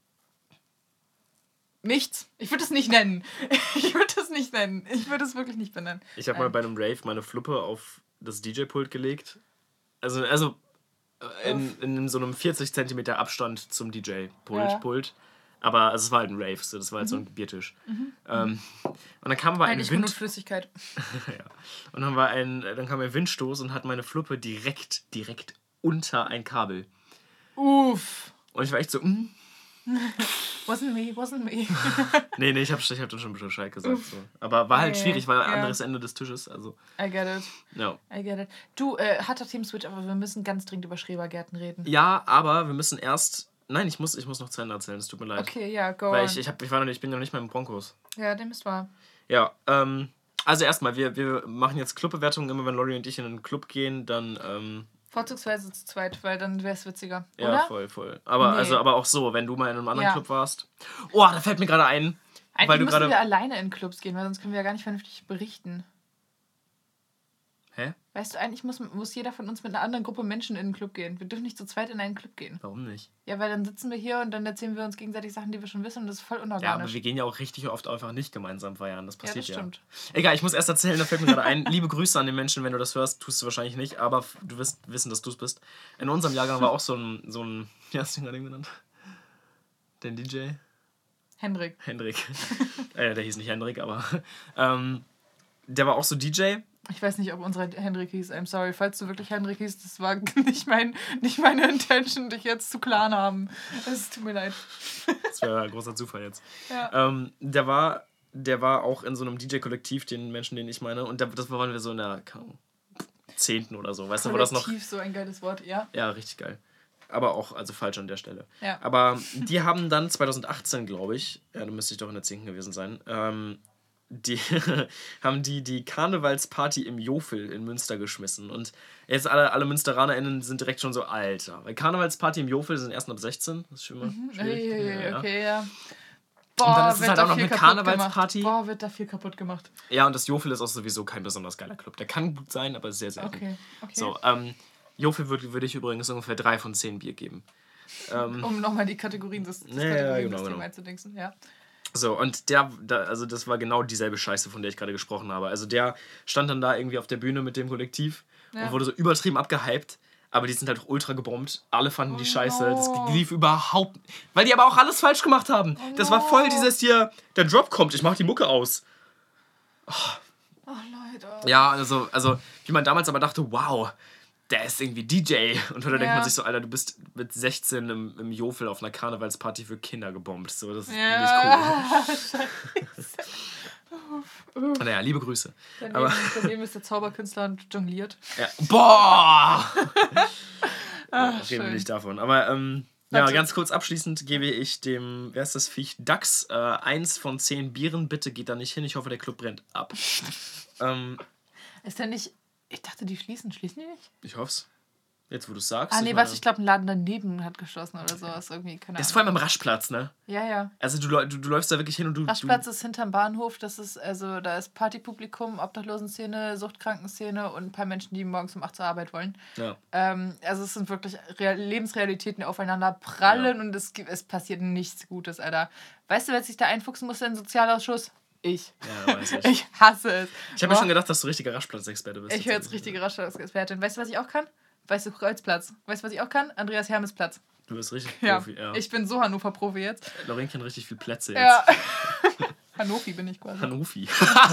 Nichts. Ich würde es nicht nennen. Ich würde es nicht nennen. Ich würde es wirklich nicht benennen. Ich habe mal bei einem Rave meine Fluppe auf das D J-Pult gelegt. Also, also in, in so einem vierzig Zentimeter Abstand zum D J-Pult. Ja. Pult. Aber also es war halt ein Rave, so, das war halt mhm. so ein Biertisch. Mhm. Ähm, und dann kam aber ein Eigentlich Wind... genug Flüssigkeit. ja. Und dann, war ein, dann kam ein Windstoß und hat meine Fluppe direkt, direkt unter ein Kabel. Uff. Und ich war echt so... Mm. Wasn't me, wasn't me. nee, nee, ich hab, ich hab dann schon Bescheid gesagt. So. Aber war halt okay, schwierig, weil ja. anderes Ende des Tisches. Also. I get it. No. I get it. Du, äh, harter Team-Switch, aber wir müssen ganz dringend über Schrebergärten reden. Ja, aber wir müssen erst... Nein, ich muss, ich muss noch zu Ende erzählen, es tut mir leid. Okay, ja, go Weil on. ich, ich, hab, ich, war noch nicht, ich bin noch nicht mal im Broncos. Ja, dem ist wahr. Ja, ähm... Also erstmal, wir, wir machen jetzt Clubbewertungen. Immer wenn Lori und ich in einen Club gehen, dann... Ähm, Vorzugsweise zu zweit, weil dann wäre es witziger, ja, oder? voll, voll. Aber, Nee. also, aber auch so, wenn du mal in einem anderen Ja. Club warst. Oh, da fällt mir gerade ein. Eigentlich weil du müssen gerade... wir alleine in Clubs gehen, weil sonst können wir ja gar nicht vernünftig berichten. Hä? Weißt du, eigentlich muss, muss jeder von uns mit einer anderen Gruppe Menschen in einen Club gehen. Wir dürfen nicht zu zweit in einen Club gehen. Warum nicht? Ja, weil dann sitzen wir hier und dann erzählen wir uns gegenseitig Sachen, die wir schon wissen und das ist voll Ja, unorganisch. aber wir gehen ja auch richtig oft einfach nicht gemeinsam feiern. Das passiert ja. das stimmt. Egal, ich muss erst erzählen, da fällt mir gerade ein. Liebe Grüße an den Menschen, wenn du das hörst. Tust du wahrscheinlich nicht, aber du wirst wissen, dass du es bist. In unserem Jahrgang war auch so ein, so ein, wie hast du ihn gerade eben genannt? Den D J? Hendrik. Hendrik. äh, der hieß nicht Hendrik, aber ähm, der war auch so D J. Ich weiß nicht, ob unsere Hendrik hieß. I'm sorry, falls du wirklich Hendrik hieß, das war nicht, mein, nicht meine Intention, dich jetzt zu clan haben. Es tut mir leid. Das wäre ein großer Zufall jetzt. Ja. Ähm, der war, der war auch in so einem D J-Kollektiv, den Menschen, den ich meine. Und da, das waren wir so in der keine Ahnung, zehnten oder so. Weißt du, wo das noch... Kollektiv, so ein geiles Wort, ja. Ja, richtig geil. Aber auch, also falsch an der Stelle. Ja. Aber die haben dann zwanzig achtzehn, glaube ich, ja, da müsste ich doch in der zehnten gewesen sein, ähm, die haben die die Karnevalsparty im Jofel in Münster geschmissen. Und jetzt alle, alle MünsteranerInnen sind direkt schon so, Alter. Weil Karnevalsparty im Jofel sind erst ab sechzehn. Das ist schon mal Mhm. schwierig. Hey, ja, okay, ja. Boah, und dann ist es wird halt da auch noch viel eine kaputt Karnevalsparty. gemacht. Boah, wird da viel kaputt gemacht. Ja, und das Jofel ist auch sowieso kein besonders geiler Club. Der kann gut sein, aber ist sehr selten. Okay, okay. So, ähm, Jofel würde würd ich übrigens ungefähr drei von zehn Bier geben. Ähm, um nochmal die Kategorien des, des Ja, ja, Kategorien genau, System genau. einzudingsen, ja. So, und der, da, also das war genau dieselbe Scheiße, von der ich gerade gesprochen habe. Also der stand dann da irgendwie auf der Bühne mit dem Kollektiv Ja. und wurde so übertrieben abgehypt. Aber die sind halt auch ultra gebombt. Alle fanden die Oh scheiße. no. Das lief überhaupt nicht. Weil die aber auch alles falsch gemacht haben. Oh das war voll dieses hier, der Drop kommt, ich mach die Mucke aus. Oh, Leute. Ja, also, also wie man damals aber dachte, wow, der ist irgendwie D J. Und heute Ja. denkt man sich so, Alter, du bist mit sechzehn im, im Jofel auf einer Karnevalsparty für Kinder gebombt. So, das ist Ja. nicht cool. Naja, liebe Grüße. Daneben, Aber- daneben ist der Zauberkünstler und jongliert. Ja. Boah! Ah, Reden wir schön. nicht davon. Aber ähm, ja, Warte. ganz kurz abschließend gebe ich dem, wer ist das Viech? Dachs, äh, eins von zehn Bieren. Bitte geht da nicht hin. Ich hoffe, der Club brennt ab. ähm, Ist der nicht... Ich dachte, die schließen. Schließen die nicht? ich hoff's. Jetzt, wo du sagst. Ah, nee, ich was? meine- Ich glaube, ein Laden daneben hat geschlossen oder so. Ist irgendwie, keine Das ist Ahnung. vor allem am Raschplatz, ne? Ja, ja. Also du, läu- du, du läufst da wirklich hin und du... Raschplatz du ist hinterm Bahnhof. Das ist, also, da ist Partypublikum, Obdachlosenszene, Suchtkrankenszene und ein paar Menschen, die morgens um acht zur Arbeit wollen. ja. Ähm, also es sind wirklich Real Lebensrealitäten, die aufeinander prallen und es, gibt, es passiert nichts Gutes, Alter. Weißt du, wer sich da einfuchsen musste in den Sozialausschuss? Ich. Ja, weiß ich. Ich hasse es. Ich habe mir Boah, schon gedacht, dass du richtiger Raschplatz-Experte bist. Ich höre jetzt richtige Raschexpertin. Weißt du, was ich auch kann? Weißt du, Kreuzplatz. Weißt du, was ich auch kann? Andreas Hermes-Platz. Du bist richtig Ja. Profi. Ja. Ich bin so Hannover-Profi jetzt. Lorraine kennt richtig viel Plätze jetzt. Ja. Hanofi bin ich quasi. Hanufi.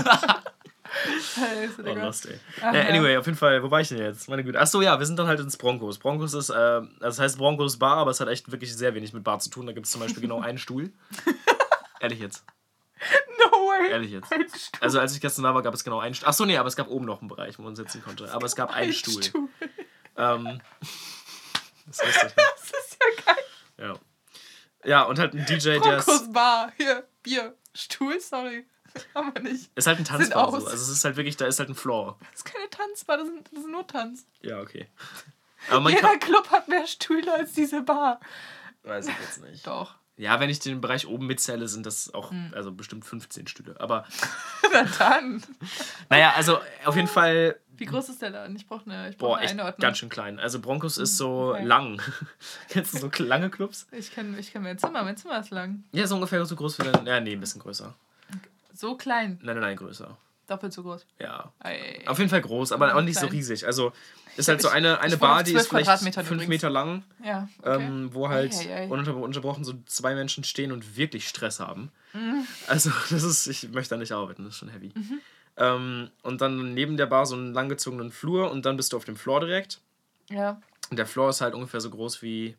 Scheiße, Oh, Digga. lost, ey. Ach, äh, ja. anyway, auf jeden Fall, wo war ich denn jetzt? Meine Güte. Achso, ja, wir sind dann halt ins Broncos. Broncos ist, äh, also das heißt Broncos Bar, aber es hat echt wirklich sehr wenig mit Bar zu tun. Da gibt es zum Beispiel genau einen Stuhl. Ehrlich jetzt. No way. Ehrlich jetzt. Ein Stuhl. Also als ich gestern da war, gab es genau einen Stuhl. Achso, nee, aber es gab oben noch einen Bereich, wo man sitzen konnte. Aber es gab einen Ein Stuhl. Stuhl. Ähm, das ist lustig, ne? Das ist ja geil. Ja. Ja, und halt ein D J, der ist, Broncos Bar. Hier, Bier. Stuhl, sorry. Haben wir nicht. ist halt ein Tanzbar. aus. So. Also es ist halt wirklich, da ist halt ein Floor. Das ist keine Tanzbar, das ist, das ist nur Tanz. Ja, okay. Aber man Jeder kann... Club hat mehr Stühle als diese Bar. Weiß ich jetzt nicht. Doch. Ja, wenn ich den Bereich oben mitzähle, sind das auch Hm. also bestimmt fünfzehn Stühle. Aber Na dann. naja, also auf jeden Fall, Wie groß ist der Laden? Ich brauche eine, ich brauch boah, eine echt Einordnung. ganz schön klein. Also Broncos ist so Okay. lang. Kennst du so lange Clubs? Ich kenne ich kenn mein Zimmer. Mein Zimmer ist lang. Ja, so ungefähr so groß wie dein... Ja, nee, ein bisschen größer. So klein. Nein, nein, nein, größer. Doppelt so groß. Ja. Ei. Auf jeden Fall groß, aber auch nicht so Klein. riesig. Also ist halt so eine, eine ich wohne Bar, auf die zwölf ist vielleicht Quadratmetern fünf übrigens. Meter lang, Ja, okay. ähm, wo halt Ei, ei, ei. ununter- unterbrochen so zwei Menschen stehen und wirklich Stress haben. Mhm. Also das ist, ich möchte da nicht arbeiten, das ist schon heavy. Ähm, und dann neben der Bar so einen langgezogenen Flur und dann bist du auf dem Floor direkt. Ja. Und der Floor ist halt ungefähr so groß wie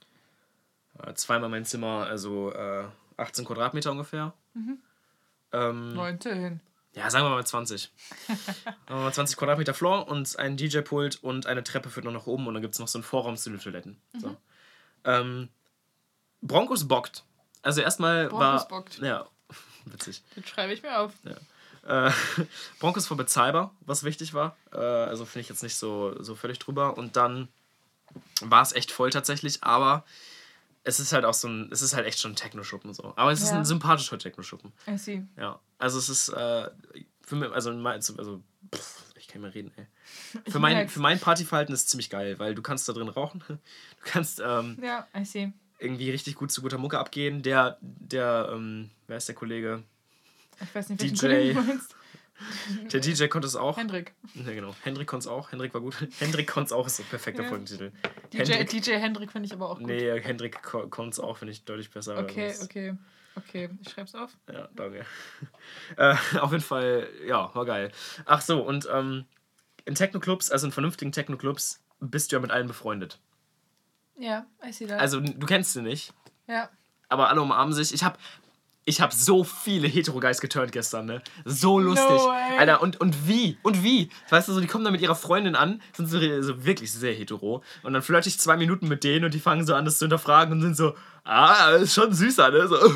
äh, zweimal mein Zimmer, also äh, achtzehn Quadratmeter ungefähr. Ähm, neunzehn. ja, sagen wir mal zwanzig. Sagen wir mal zwanzig Quadratmeter Floor und ein D J-Pult und eine Treppe führt noch nach oben und dann gibt es noch so einen Vorraum zu den Toiletten. So. Ähm, Broncos bockt. Also erstmal Broncos war... bockt. Ja, witzig. Das schreibe ich mir auf. Äh, Broncos war bezahlbar, was wichtig war. Äh, also finde ich jetzt nicht so, so völlig drüber. Und dann war es echt voll tatsächlich, aber es ist halt auch so ein, es ist halt echt schon ein Techno-Schuppen so. Aber es ist Ja. ein sympathischer Techno-Schuppen. I see. Ja. Also es ist, äh, für mich, also, mein- also pff, ich kann nicht mehr reden, ey. Ich Für mein, merk's. für mein Partyverhalten ist es ziemlich geil, weil du kannst da drin rauchen. Du kannst ähm, Ja, I see. irgendwie richtig gut zu guter Mucke abgehen. Der, der, ähm, wer ist der Kollege? Ich weiß nicht, D welchen J. Kollegen du meinst. Der D J konnte es auch. Hendrik. Ja, genau. Hendrik konnte es auch. Hendrik war gut. Hendrik konnte es auch, ist so ein perfekter Ja. Folgentitel. D J, Hendrik, D J Hendrik finde ich aber auch gut. nee, Hendrik ko- konnte es auch, finde ich deutlich besser. aber Okay, das- okay. Okay, ich schreib's auf. Ja, danke. äh, auf jeden Fall, ja, war geil. Ach so, und ähm, in Techno-Clubs, also in vernünftigen Techno-Clubs, bist du ja mit allen befreundet. Ja, I see that. Also, du kennst sie nicht, ja. aber alle umarmen sich. Ich hab, ich hab so viele Hetero-Guys geturnt gestern, ne? So lustig. way. Alter, und, und wie? Und wie? Weißt du, so, die kommen dann mit ihrer Freundin an, sind so, so wirklich sehr hetero. Und dann flirte ich zwei Minuten mit denen und die fangen so an, das zu hinterfragen und sind so, ah, ist schon süßer, ne? So,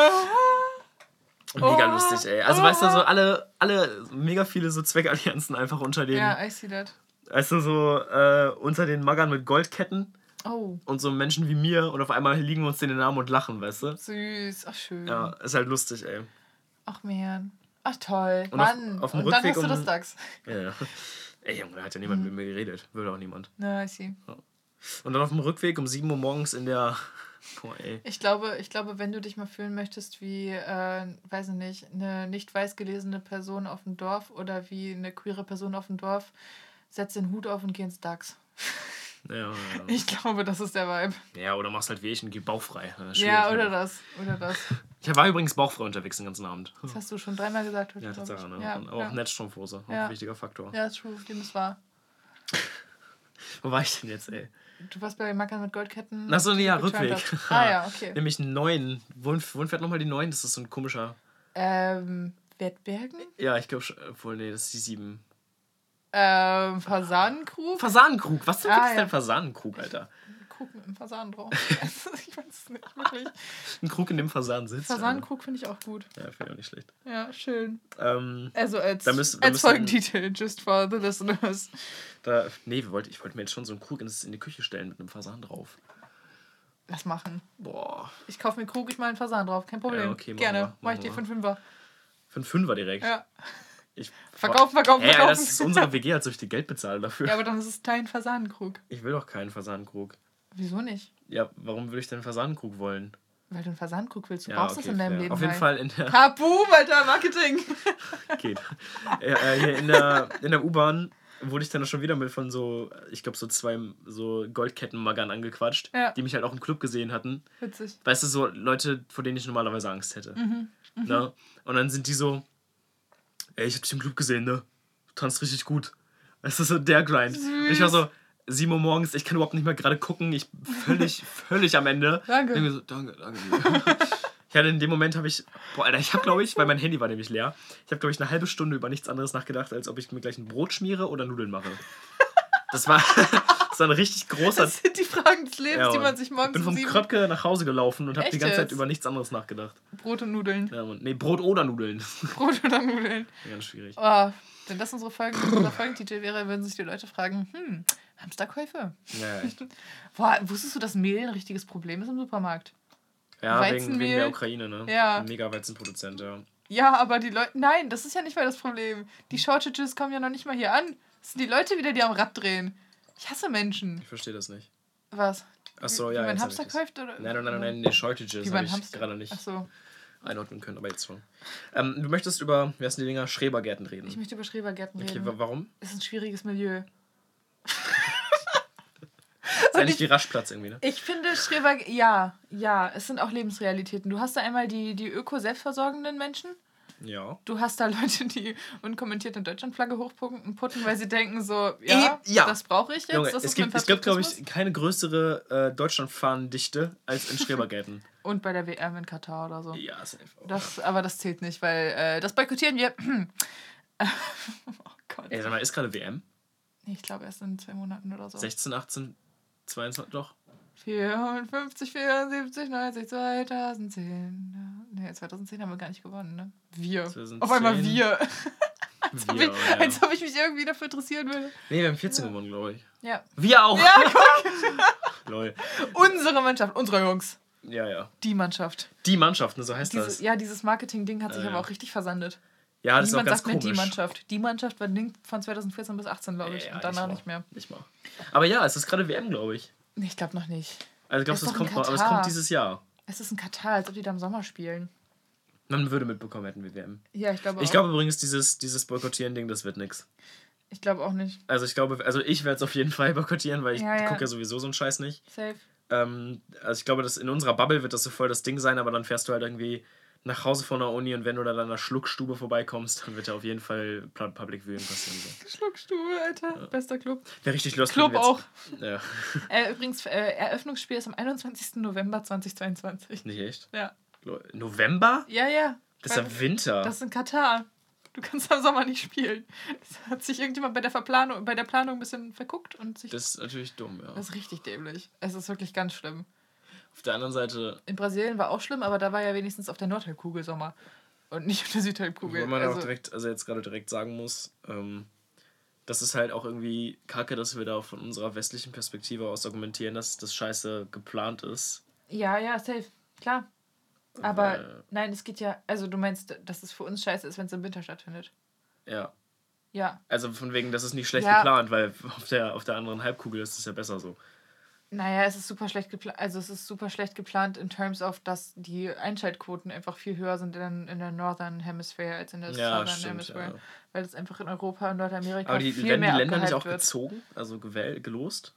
mega Oh. lustig, ey. Also, Oh. weißt du, so alle, alle mega viele so Zweckallianzen einfach unter den, Ja, I see that. weißt du, so äh, unter den Maggern mit Goldketten Oh, und so Menschen wie mir und auf einmal liegen wir uns in den Armen und lachen, weißt du? süß. Ach, schön. Ja, ist halt lustig, ey. Ach, man. Ach, toll. Und auf- Mann. auf dem und dann Rückweg hast du um- das DAX. Ja, ja. Ey, Junge, da hat ja niemand mit mir geredet. Würde auch niemand. Na, I see. Und dann auf dem Rückweg um sieben Uhr morgens in der... Boah, ey. Ich glaube, ich glaube, wenn du dich mal fühlen möchtest wie, äh, weiß ich nicht, eine nicht weiß gelesene Person auf dem Dorf oder wie eine queere Person auf dem Dorf, setz den Hut auf und geh ins DAX. Ja, ja, ja. Ich glaube, das ist der Vibe. Ja, oder machst halt wie ich und geh bauchfrei. Ja, oder das. Oder das. Ich war übrigens bauchfrei unterwegs den ganzen Abend. Das hast du schon dreimal gesagt heute. Ja, Tatsache, ne? Ja, Aber ja. auch Netzstrumpfhose, auch Ja. ein wichtiger Faktor. Ja, true, das war. Wo war ich denn jetzt, ey? Du warst bei Mackern mit Goldketten. Achso, nee, ja, die du Rückweg. geturnt hast. Ah ja, okay. Nämlich einen neuen. Wohin, wohin fährt nochmal die neuen? Das ist so ein komischer. Ähm, Wettbergen? Ja, ich glaube, obwohl, nee, das ist die sieben. Ähm, Fasanenkrug? Fasanenkrug. Was zum Ah, Fick ist ja. denn Fasanenkrug, Alter? Krug mit einem Fasan drauf. Ich weiß es nicht, wirklich. Ein Krug, in dem Fasan sitzt. Fasanenkrug finde ich auch gut. Alter. Ja, finde ich auch nicht schlecht. Ja, schön. Ähm, Also als, Da müssen- da als müssen- Folgentitel, just for the listeners. da, nee, wir wollt, ich wollte mir jetzt schon so einen Krug in, das- in die Küche stellen mit einem Fasan drauf. Lass machen. Boah. Ich kaufe mir Krug, ich mal einen Fasan drauf. Kein Problem. Ja, okay, machen Gerne. wir, Mach ich machen dir wir. für einen Fünfer. Für einen Fünfer direkt. Ja. Ich, Verkaufen, verkaufen, Hey, verkaufen. das ist unsere W G, als ob ich dir Geld bezahle dafür. Ja, aber dann ist es dein Fasanenkrug. Ich will doch keinen Fasanenkrug. Wieso nicht? Ja, warum würde ich denn einen Fasanenkrug wollen? Weil du einen Fasanenkrug willst. Du Ja, brauchst okay, das in deinem fair. Leben. Auf jeden halt. Fall in der... Kaboom, Alter, Marketing. Geht. Ja, äh, hier in der, in der U-Bahn wurde ich dann schon wieder mit von so, ich glaube, so zwei so Goldkettenmaggern angequatscht, Ja. die mich halt auch im Club gesehen hatten. Witzig. Weißt du, so Leute, vor denen ich normalerweise Angst hätte. Mhm. Ne? Und dann sind die so, ey, ich hab dich im Club gesehen, ne? Du tanzt richtig gut. Das ist so der Grind. Und ich war so, sieben Uhr morgens, ich kann überhaupt nicht mehr gerade gucken, ich völlig, völlig am Ende. Danke. Ich denk mir so, danke, danke. Ich hatte in dem Moment habe ich, boah, Alter, ich habe glaube ich, weil mein Handy war nämlich leer, ich habe glaube ich eine halbe Stunde über nichts anderes nachgedacht, als ob ich mir gleich ein Brot schmiere oder Nudeln mache. Das war, das war ein richtig großer... Das sind die Fragen des Lebens, Ja, die man Mann. sich morgens Ich bin vom um sieben... Kröpke nach Hause gelaufen und habe die Echt ganze Zeit jetzt? über nichts anderes nachgedacht. Brot und Nudeln. Ja, Mann. Nee, Brot oder Nudeln. Brot oder Nudeln. Ganz schwierig. Oh, wenn das unsere Folgen, unser Folgentitel wäre, würden sich die Leute fragen, hm, Hamsterkäufe? Ja, ja, echt. Boah, wusstest du, dass Mehl ein richtiges Problem ist im Supermarkt? Ja, wegen, wegen Weizenmehl. der Ukraine, ne? Ja. Ein mega Weizenproduzent, ja. Ja, aber die Leute... Nein, das ist ja nicht mal das Problem. Die Shortages kommen ja noch nicht mal hier an. Das sind die Leute wieder, die am Rad drehen. Ich hasse Menschen. Ich verstehe das nicht. Was? Achso, Wie ja, man jetzt hab Hamster ich das. kauft? Oder? Nein, nein, nein, nein, nee, Shortages Wie habe man ich Hamster... gerade nicht Ach so. einordnen können, aber jetzt schon. Ähm, du möchtest über, wie heißen die Dinger, Schrebergärten reden. Ich möchte über Schrebergärten Okay, reden. wa- warum? Es ist ein schwieriges Milieu. Ist eigentlich wie Raschplatz irgendwie, ne? Ich finde Schreber... Ja, ja, es sind auch Lebensrealitäten. Du hast da einmal die, die öko-selbstversorgenden Menschen. Ja. Du hast da Leute, die unkommentiert eine Deutschlandflagge hochputten, putten, weil sie denken so, ja, Eh, ja. das brauche ich jetzt. Junge, das es ist mein gibt, es gibt glaube Patriotismus. ich, keine größere äh, Deutschlandfahnendichte als in Schrebergärten. Und bei der W M in Katar oder so. Ja, safe. auch. Das, aber das zählt nicht, weil äh, das boykottieren wir. Oh Gott. Ey, sag mal, ist gerade W M? Nee, ich glaube erst in zwei Monaten oder so. sechzehn, achtzehn, zweiundzwanzig, doch. vierundfünfzig, vierundsiebzig, neunzig, zweitausendzehn. Nee, zweitausendzehn haben wir gar nicht gewonnen, ne? Wir. zweitausendzehn. Auf einmal wir. als, ob Wir, ich, ja. als ob ich mich irgendwie dafür interessieren würde. Nee, wir haben vierzehn gewonnen, glaube ich. Ja. Wir auch! Ja, guck. Lol. Unsere Mannschaft, unsere Jungs. Ja, ja. Die Mannschaft. Die Mannschaft, ne, so heißt das. Diese, ja, dieses Marketing-Ding hat sich Ja, aber ja. auch richtig versandet. Ja, das Niemand ist auch ganz sagt mehr komisch. die Mannschaft. Die Mannschaft war ein Ding von zweitausendvierzehn bis achtzehn, glaube ich. Ja, und danach mal. nicht mehr. Nicht mal. Aber ja, es ist gerade W M, glaube ich. Nee, ich glaube noch nicht. Also glaubst Ist du, es doch in kommt noch, aber es Katar. kommt dieses Jahr. Es ist in Katar, als ob die da im Sommer spielen. Man würde mitbekommen, hätten wir W M. Ja, ich glaube auch. Ich glaube übrigens, dieses, dieses Boykottieren-Ding, das wird nix. Ich glaube auch nicht. Also ich glaube, also ich werde es auf jeden Fall boykottieren, weil ich Ja, ja. gucke ja sowieso so einen Scheiß nicht. Safe. Ähm, also ich glaube, dass in unserer Bubble wird das so voll das Ding sein, aber dann fährst du halt irgendwie nach Hause von der Uni und wenn du da an einer Schluckstube vorbeikommst, dann wird da auf jeden Fall Pl- Public Viewing passieren. So. Schluckstube, Alter. Bester Club. Wäre richtig lustig. Club wenn wir auch. jetzt- Ja, Äh, übrigens, äh, Eröffnungsspiel ist am einundzwanzigsten November zweitausendzweiundzwanzig. nicht echt? Ja. November? Ja, ja. Das ist ja Winter. Das ist in Katar. Du kannst im Sommer nicht spielen. Das hat sich irgendjemand bei der Verplanung, bei der Planung ein bisschen verguckt und sich. Das ist natürlich dumm, ja. Das ist richtig dämlich. Es ist wirklich ganz schlimm. Auf der anderen Seite, In Brasilien war auch schlimm, aber da war ja wenigstens auf der Nordhalbkugel Sommer. Und nicht auf der Südhalbkugel. wo man also, auch direkt, also jetzt gerade direkt sagen muss, ähm, das ist halt auch irgendwie kacke, dass wir da von unserer westlichen Perspektive aus argumentieren, dass das scheiße geplant ist. ja, ja, safe. Klar. Aber Weil- nein, es geht ja. Also, du meinst, dass es für uns scheiße ist, wenn es im Winter stattfindet. Ja. Ja. Also von wegen, das ist nicht schlecht Ja. geplant, weil auf der, auf der anderen Halbkugel ist es ja besser so. Naja, es ist super schlecht geplant, also es ist super schlecht geplant in terms of, dass die Einschaltquoten einfach viel höher sind in, in der Northern Hemisphere als in der Ja, Southern stimmt, Hemisphere. ja. Weil es einfach in Europa und Nordamerika Aber die, viel werden die mehr Länder nicht abgehypt auch wird. gezogen? Also gewähl, gelost?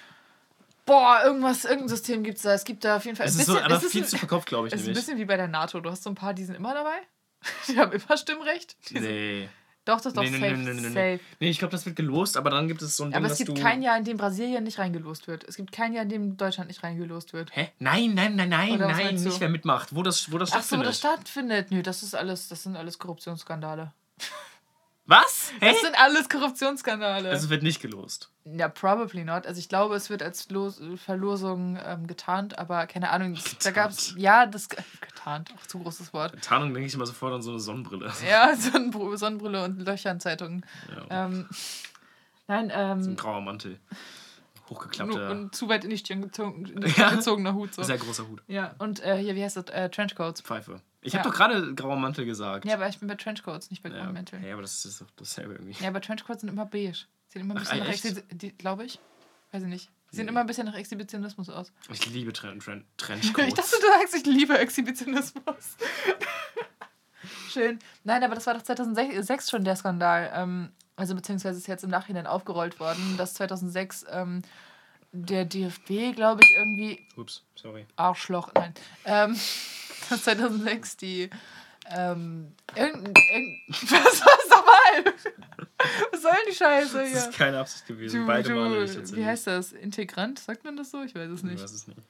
Boah, irgendwas, irgendein System gibt es da. Es gibt da auf jeden Fall Es ein ist so bisschen. aber es ist viel ein, zu verkauft, glaube ich, es ist ein nämlich. bisschen wie bei der NATO. Du hast so ein paar, die sind immer dabei. Die haben immer Stimmrecht. Die sind, Nee. Doch, doch, doch, Nee, nee, safe, nee, nee, nee, nee. safe. Nee, ich glaube, das wird gelost, aber dann gibt es so ein Ding, Aber es dass gibt du... kein Jahr, in dem Brasilien nicht reingelost wird. Es gibt kein Jahr, in dem Deutschland nicht reingelost wird. Hä? Nein, nein, nein, nein, Oder was nein, meinst du? nicht wer mitmacht. Wo das, wo das Ach so, stattfindet. das stattfindet. Nö, das ist alles, das sind alles Korruptionsskandale. Was? Hä? Das sind alles Korruptionsskandale. Also es wird nicht gelost. Ja, probably not. Also ich glaube, es wird als Los Verlosung ähm, getarnt, aber keine Ahnung. Das, da gab's ja das getarnt, auch zu großes Wort. Tarnung denke ich immer sofort an so eine Sonnenbrille. Ja, Sonnenbr Sonnenbrille und Löcher in Zeitungen. Ja. Ähm, nein, So ein ähm, grauer Mantel. nur, Hochgeklappter, und zu weit in die Stirn gezogen, in die Stirn Ja. gezogener Hut. So. sehr großer Hut. Ja, und äh, hier, wie heißt das? Äh, Trenchcoats. Pfeife. Ich Ja. habe doch gerade grauer Mantel gesagt. Ja, aber ich bin bei Trenchcoats, nicht bei ja. grauen Mänteln. Ja, aber das ist doch dasselbe irgendwie. Ja, aber Trenchcoats sind immer beige. Sehen immer ein Ach, bisschen nach echt? Exhibitionismus, glaube ich. Weiß ich nicht. Sehen Nee. immer ein bisschen nach Exhibitionismus aus. Ich liebe Tren Tren Ich Trenchcoats. dachte, du sagst, ich liebe Exhibitionismus. Schön. Nein, aber das war doch zweitausendsechs schon der Skandal. Ähm, also beziehungsweise ist jetzt im Nachhinein aufgerollt worden, dass zweitausendsechs ähm, der D F B, glaube ich, irgendwie... Ups, sorry. Arschloch, nein. Ähm, dass zweitausendsechs die... Ähm, irgendein... Irgend, was war's nochmal? Was soll denn die Scheiße Das hier? ist keine Absicht gewesen. Du, Beide du, Male nicht tatsächlich. wie heißt das? Integrant? Sagt man das so? Ich weiß es Ich nicht. weiß es nicht.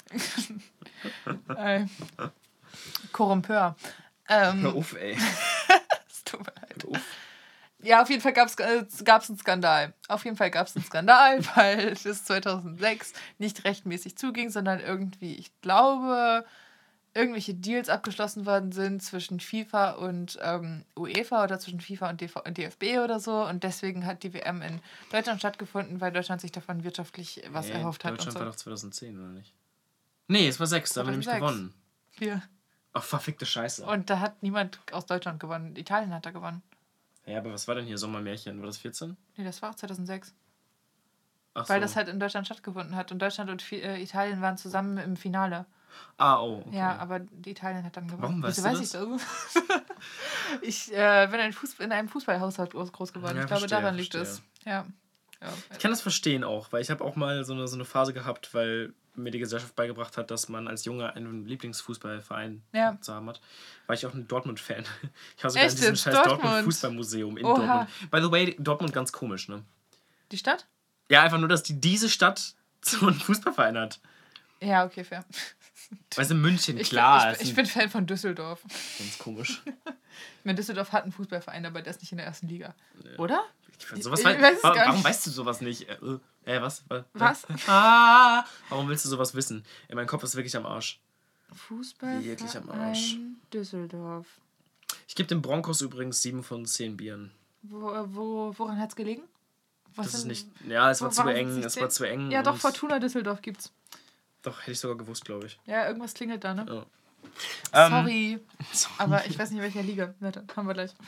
Äh, Korrumpeur. Ähm, Hör auf, ey. es tut mir leid. Hör auf. Ja, auf jeden Fall gab es äh, gab's einen Skandal. Auf jeden Fall gab es einen Skandal, weil es zweitausendsechs nicht rechtmäßig zuging, sondern irgendwie, ich glaube, irgendwelche Deals abgeschlossen worden sind zwischen FIFA und ähm, UEFA oder zwischen FIFA und D V- und D F B oder so. Und deswegen hat die W M in Deutschland stattgefunden, weil Deutschland sich davon wirtschaftlich was Nee, erhofft hat. Deutschland Und war so. doch zweitausendzehn, oder nicht? Nee, es war sechs, da haben wir nämlich zweitausendsechs. gewonnen. Hier. Ach, verfickte Scheiße. Und da hat niemand aus Deutschland gewonnen. Italien hat da gewonnen. Ja, aber was war denn hier Sommermärchen? War das vierzehn? Nee, das war auch zweitausendsechs. Ach Weil so. das halt in Deutschland stattgefunden hat. Und Deutschland und Vi- äh, Italien waren zusammen im Finale. Ah, oh, okay. Ja, aber die Italien hat dann gewonnen. Warum weißt Wieso du weiß ich das? ich äh, bin ein Fußball, in einem Fußballhaushalt groß, groß geworden. Ja, ich glaube, verstehe, daran liegt verstehe. es. Ja. ja. Ich kann das verstehen auch, weil ich habe auch mal so eine, so eine Phase gehabt, weil mir die Gesellschaft beigebracht hat, dass man als Junge einen Lieblingsfußballverein Ja. zu haben hat. War ich auch ein Dortmund-Fan. Ich war sogar Echt in diesem jetzt? scheiß Dortmund? Dortmund-Fußballmuseum in Oha. Dortmund. By the way, Dortmund ganz komisch, ne? Die Stadt? Ja, einfach nur, dass die diese Stadt so einen Fußballverein hat. Ja, okay, fair. Weißt du, München, Ich, klar. bin, ist ich, ich ein- bin Fan von Düsseldorf. ganz komisch. Ich meine, Düsseldorf hat einen Fußballverein, aber der ist nicht in der ersten Liga. Oder? Ich fand sowas Ich wei- weiß es Wa- gar Warum nicht. weißt du sowas nicht? Äh, äh was? Was? Was? Ah, warum willst du sowas wissen? Ey, mein Kopf ist wirklich am Arsch. Wirklich am Arsch. Fußballverein Düsseldorf. Ich gebe dem Broncos übrigens sieben von zehn Bieren. Wo, äh, wo, woran hat es gelegen? Was Das ist sind- nicht. Ja, es war wo- zu warum eng. sind's nicht Es zehn? war zu eng. Ja, doch, und- Fortuna Düsseldorf gibt's. Doch, hätte ich sogar gewusst, glaube ich. Ja, irgendwas klingelt da, ne? Ja. Ähm, Sorry, sorry. aber ich weiß nicht, welcher Liga. Warte, haben wir gleich.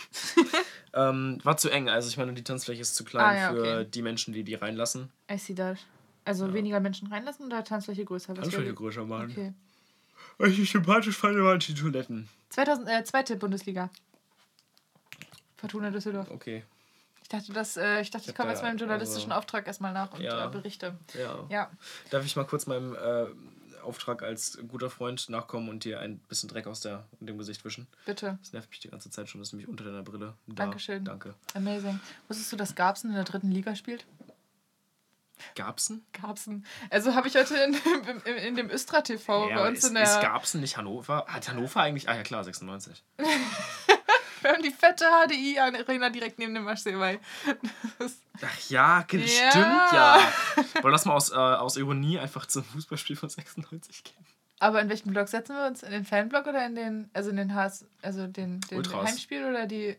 Ähm, war zu eng. Also ich meine, die Tanzfläche ist zu klein Ah, ja, für okay. die Menschen, die die reinlassen. I see that. Also weniger Menschen reinlassen oder Tanzfläche größer? Was Tanzfläche wäre die- größer machen. Okay. Was ich sympathisch fand, waren die Toiletten. zweitausend, äh, zweite Bundesliga. Fortuna Düsseldorf. Okay. Ich dachte, das, äh, ich, dachte, ich hab komme da- jetzt meinem journalistischen also- Auftrag erstmal nach und Ja. äh, berichte. Ja. Ja. Darf ich mal kurz meinem äh, Auftrag als guter Freund nachkommen und dir ein bisschen Dreck aus der, dem Gesicht wischen? Bitte. Das nervt mich die ganze Zeit schon. Das ist nämlich unter deiner Brille. Da. Dankeschön. Danke. Amazing. Wusstest du, dass Garbsen in der dritten Liga spielt? Gabsen? Garbsen. Also habe ich heute in, in, in, in dem Östra T V Ja, bei aber uns ist, in ist der. Garbsen nicht Hannover? Hat Hannover eigentlich... Ah ja klar, sechsundneunzig. Wir haben die fette H D I-Arena direkt neben dem Marseille. Ach ja, ge- Ja. stimmt ja. Wollen wir das mal aus, äh, aus Ironie einfach zum Fußballspiel von sechsundneunzig gehen? Aber in welchem Block setzen wir uns? In den Fanblock oder in den, also in den H S, also den, den Ultras. Heimspiel oder die.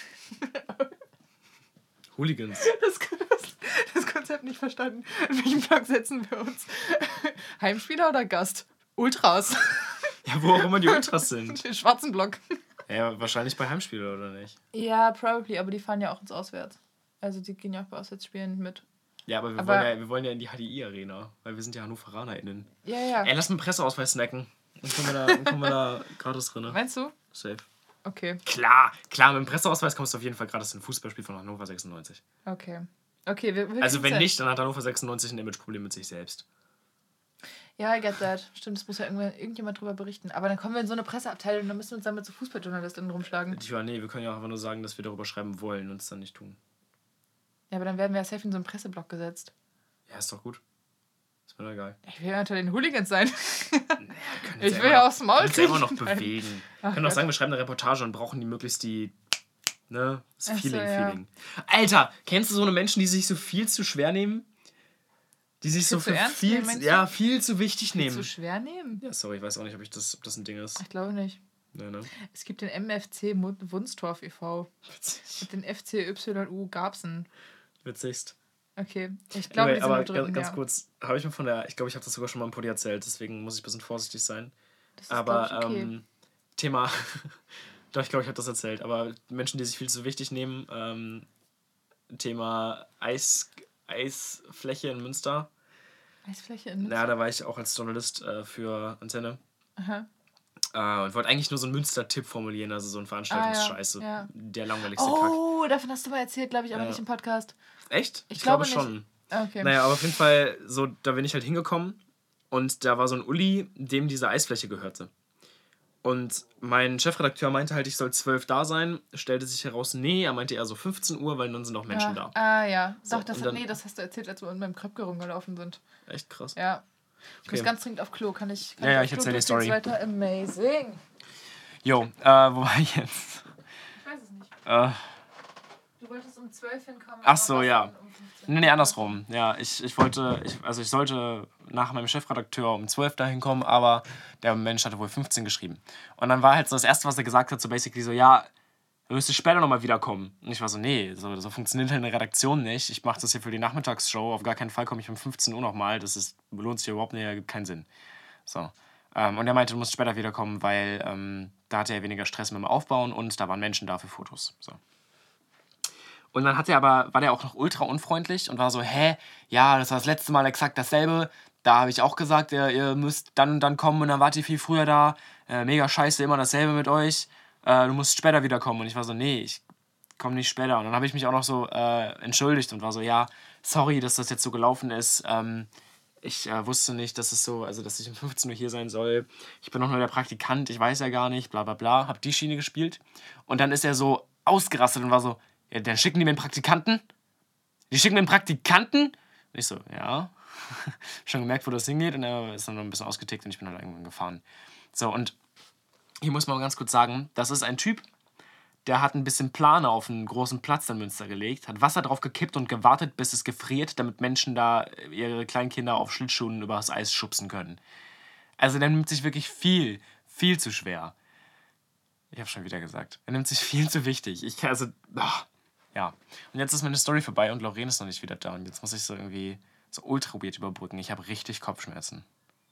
Hooligans. Das, das, das Konzept nicht verstanden. In welchem Block setzen wir uns? Heimspieler oder Gast? Ultras. Ja, wo auch immer die Ultras sind. Den schwarzen Block. Ja, wahrscheinlich bei Heimspielen, oder nicht? Ja, probably, aber die fahren ja auch ins Auswärts. Also die gehen ja auch bei Auswärtsspielen mit. Ja, aber wir, Aber- wollen ja, wir wollen ja in die H D I-Arena, weil wir sind ja HannoveranerInnen. Ja, ja. Ey, lass mal einen Presseausweis snacken. Dann kommen wir da, dann kommen wir da gratis drin. Meinst du? Safe. Okay, Klar, klar, mit dem Presseausweis kommst du auf jeden Fall gratis in ein Fußballspiel von Hannover sechsundneunzig. okay. Okay, wir, wir Also wenn kriegen's nicht, dann hat Hannover sechsundneunzig ein Imageproblem mit sich selbst. Ja, I get that. Stimmt, das muss ja irgendwann, irgendjemand drüber berichten. Aber dann kommen wir in so eine Presseabteilung und dann müssen wir uns damit so Fußballjournalistinnen rumschlagen. Ja, nee, wir können ja auch einfach nur sagen, dass wir darüber schreiben wollen und es dann nicht tun. Ja, aber dann werden wir ja safe in so einen Presseblock gesetzt. Ja, ist doch gut. Ist mir doch egal. Ich will ja unter den Hooligans sein. Wir können Ich jetzt will ja aufs Maul uns ja immer noch kriegen. bewegen. Ach Wir können auch Gott. sagen, wir schreiben eine Reportage und brauchen die möglichst die, ne, das Ach so, Feeling, ja. Feeling. Alter, kennst du so eine Menschen, die sich so viel zu schwer nehmen? Die sich Viel so zu für ernst viel, nehmen, meinst du? ja, viel zu wichtig nehmen. Zu schwer nehmen? Ja, sorry, ich weiß auch nicht, ob, ich das, ob das ein Ding ist. Ich glaube nicht. Nee, ne? Es gibt den M F C Mu- Wunstorf e.V. Witzig. Und den F C Y U Garbsen. Witzigst. Okay, ich glaube, Anyway, die sind aber im dritten ganz, ganz Jahr. kurz, habe ich mir von der, ich glaube, ich habe das sogar schon mal im Podi erzählt, deswegen muss ich ein bisschen vorsichtig sein. Das ist, Aber glaub ich, okay. ähm, Thema, doch, ich glaube, ich habe das erzählt, aber Menschen, die sich viel zu wichtig nehmen, ähm, Thema Eis, Eisfläche in Münster. Eisfläche in Münster? Ja, da war ich auch als Journalist äh, für Antenne. Aha. Äh, und wollte eigentlich nur so einen Münster-Tipp formulieren, also so ein Veranstaltungsscheiße. Ah, ja, ja. Der langweiligste Kack. Oh, davon hast du mal erzählt, glaube ich, aber Ja. nicht im Podcast. Echt? Ich glaube nicht. schon. Okay. Naja, aber auf jeden Fall, so, da bin ich halt hingekommen und da war so ein Uli, dem diese Eisfläche gehörte. Und mein Chefredakteur meinte halt, ich soll zwölf da sein. Stellte sich heraus, nee, er meinte eher so fünfzehn Uhr, weil dann sind auch Menschen ah, da. Ah, ja. So, Doch, das, und hat, dann- nee, das hast du erzählt, als wir unten beim Kröpke rumgelaufen sind. Echt krass. Ja. Ich Okay. muss ganz dringend auf Klo. Kann ich, kann Ja, ja, auf ich Klo? erzähl Du die Story. erzählst weiter. Amazing. Jo, äh, wo war ich jetzt? Ich weiß es nicht. Äh, Du wolltest um zwölf hinkommen. Ach so, aber ja. warst dann um fünfzehn. nee, nee, andersrum. Ja, ich, ich wollte, ich, also ich sollte nach meinem Chefredakteur um zwölf da hinkommen, aber der Mensch hatte wohl fünfzehn geschrieben. Und dann war halt so das Erste, was er gesagt hat, so basically so, ja, du müsstest später nochmal wiederkommen. Und ich war so, nee, so, so funktioniert halt eine Redaktion nicht. Ich mache das hier für die Nachmittagsshow. Auf gar keinen Fall komme ich um fünfzehn Uhr nochmal. Das ist, lohnt sich überhaupt nicht, ergibt keinen Sinn. So. Ähm, und er meinte, du musst später wiederkommen, weil ähm, da hatte er weniger Stress mit dem Aufbauen und da waren Menschen da für Fotos. So. Und dann hat er aber, war der auch noch ultra unfreundlich und war so, hä, ja, das war das letzte Mal exakt dasselbe. Da habe ich auch gesagt, ihr, ihr müsst dann und dann kommen und dann wart ihr viel früher da. Äh, mega scheiße, immer dasselbe mit euch. Äh, du musst später wiederkommen. Und ich war so, nee, ich komme nicht später. Und dann habe ich mich auch noch so äh, entschuldigt und war so, ja, sorry, dass das jetzt so gelaufen ist. Ähm, ich äh, wusste nicht, dass es so, also dass ich um fünfzehn Uhr hier sein soll. Ich bin doch nur der Praktikant, ich weiß ja gar nicht, bla bla bla. Hab die Schiene gespielt. Und dann ist er so ausgerastet und war so, ja, dann schicken die mir einen Praktikanten? Die schicken mir einen Praktikanten? Und ich so, ja. Schon gemerkt, wo das hingeht. Und er ist dann noch ein bisschen ausgetickt und ich bin halt irgendwann gefahren. So, und hier muss man ganz kurz sagen, das ist ein Typ, der hat ein bisschen Plane auf einen großen Platz in Münster gelegt, hat Wasser drauf gekippt und gewartet, bis es gefriert, damit Menschen da ihre Kleinkinder auf Schlittschuhen über das Eis schubsen können. Also der nimmt sich wirklich viel, viel zu schwer. Ich habe schon wieder gesagt. Er nimmt sich viel zu wichtig. Ich kann also... Ach, ja. Und jetzt ist meine Story vorbei und Lauren ist noch nicht wieder da. Und jetzt muss ich so irgendwie so ultra weird überbrücken. Ich habe richtig Kopfschmerzen.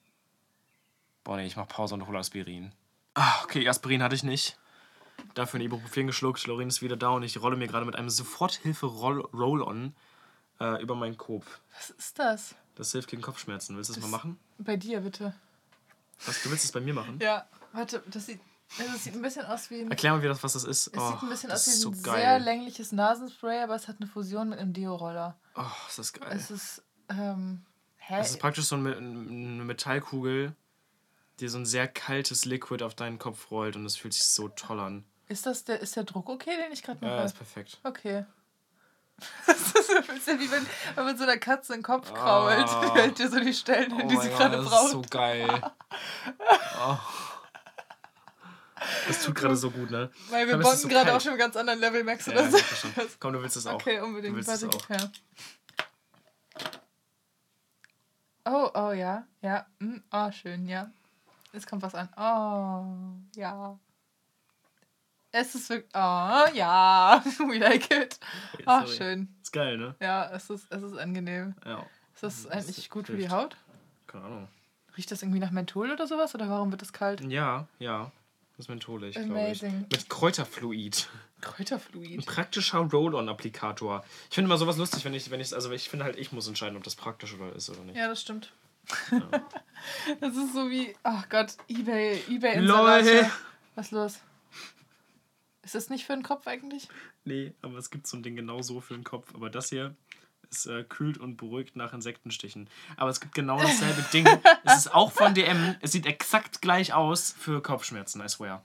Boah, nee, ich mach Pause und hole Aspirin. Ah, okay, Aspirin hatte ich nicht. Dafür ein Ibuprofen geschluckt. Lauren ist wieder da und ich rolle mir gerade mit einem Soforthilfe-Roll-On äh, über meinen Kopf. Was ist das? Das hilft gegen Kopfschmerzen. Willst du das mal machen? Bei dir, bitte. Was, du willst es bei mir machen? Ja. Warte, das sieht, also das sieht ein bisschen aus wie ein... Erklär mal, wie das, was das ist. Es Oh, sieht ein bisschen das aus wie ist ein so sehr geil. längliches Nasenspray, aber es hat eine Fusion mit einem Deo-Roller. Oh, ist das geil. Es ist, ähm... Hä? Es ist praktisch so eine eine Metallkugel, die so ein sehr kaltes Liquid auf deinen Kopf rollt und es fühlt sich so toll an. Ist das der, ist der Druck okay, den ich gerade mache? Ja, ist perfekt. Okay. Das ist ein bisschen wie wenn, wenn man so einer Katze den Kopf krault. Ah. Die hält dir so die Stellen hin, Oh die mein sie Gott, gerade das braucht. ist so geil. Oh. Das tut gerade so gut, ne? Weil wir Komm, es ist bonden so gerade kalt. auf einem ganz anderen Level, merkst du Ja, das? ich verstehe. Komm, du willst es auch. Okay, Du unbedingt. willst Warte, es gib auch. her. Oh, oh, ja. Ja. Mm, oh, schön, ja. Es kommt was an. Oh, ja. Es ist wirklich... Oh, ja. We like it. Okay, Oh, sorry. schön. Ist geil, ne? Ja, es ist, es ist angenehm. Ja. Ist das Das eigentlich gut für die hilft. Haut? Keine Ahnung. Riecht das irgendwie nach Menthol oder sowas? Oder warum wird das kalt? Ja, ja. Das ist mentholig, glaube ich. Amazing. Mit Kräuterfluid. Kräuterfluid. Ein praktischer Roll-On-Applikator. Ich finde immer sowas lustig, wenn ich, wenn ich, also ich finde halt, ich muss entscheiden, ob das praktisch oder ist oder nicht. Ja, das stimmt. Ja. Das ist so wie, ach Gott, Ebay, Ebay Lol. Installation. Was ist los? Ist das nicht für den Kopf eigentlich? Nee, aber es gibt so ein Ding genau so für den Kopf. Aber das hier ist äh, kühlt und beruhigt nach Insektenstichen. Aber es gibt genau dasselbe Ding. Es ist auch von D M. Es sieht exakt gleich aus für Kopfschmerzen, I swear.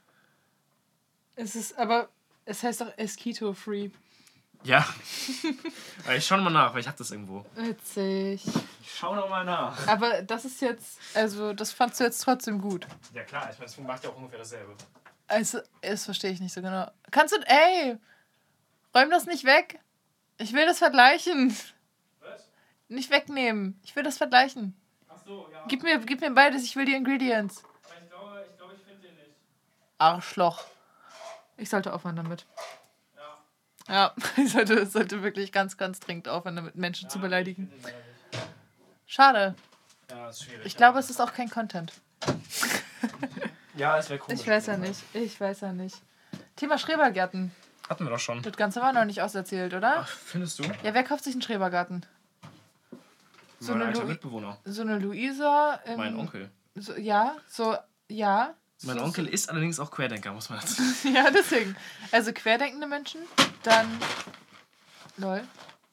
Es ist, aber es heißt doch Esquito-free. Ja. Aber ich schau noch mal nach, weil ich hab das irgendwo. Witzig. Ich schau noch mal nach. Aber das ist jetzt, also das fandst du jetzt trotzdem gut. Ja klar, ich meine, das macht ja auch ungefähr dasselbe. Also, das verstehe ich nicht so genau. Kannst du, ey, räum das nicht weg. Ich will das vergleichen. Was? Nicht wegnehmen. Ich will das vergleichen. Ach so, ja. Gib mir, gib mir beides, ich will die Ingredients. Ich glaube, ich, glaube, ich finde den nicht. Arschloch. Ich sollte aufhören damit. Ja. Ja, ich sollte, sollte wirklich ganz, ganz dringend aufhören damit, Menschen ja, zu beleidigen. Schade. Ja, ist schwierig. Ich glaube, es ist auch kein Content. Ja, es wäre komisch. Ich weiß ja nicht. Ich weiß ja nicht. Thema Schrebergärten. Hatten wir doch schon. Das Ganze war noch nicht auserzählt, oder? Ach, findest du? Ja, wer kauft sich einen Schrebergarten? So mein eine, alter Lu Mitbewohner. so eine Luisa. Im, Mein Onkel. So, ja, so, ja. Mein so, Onkel ist allerdings auch Querdenker, muss man dazu so. Ja, deswegen. Also querdenkende Menschen, dann. Lol.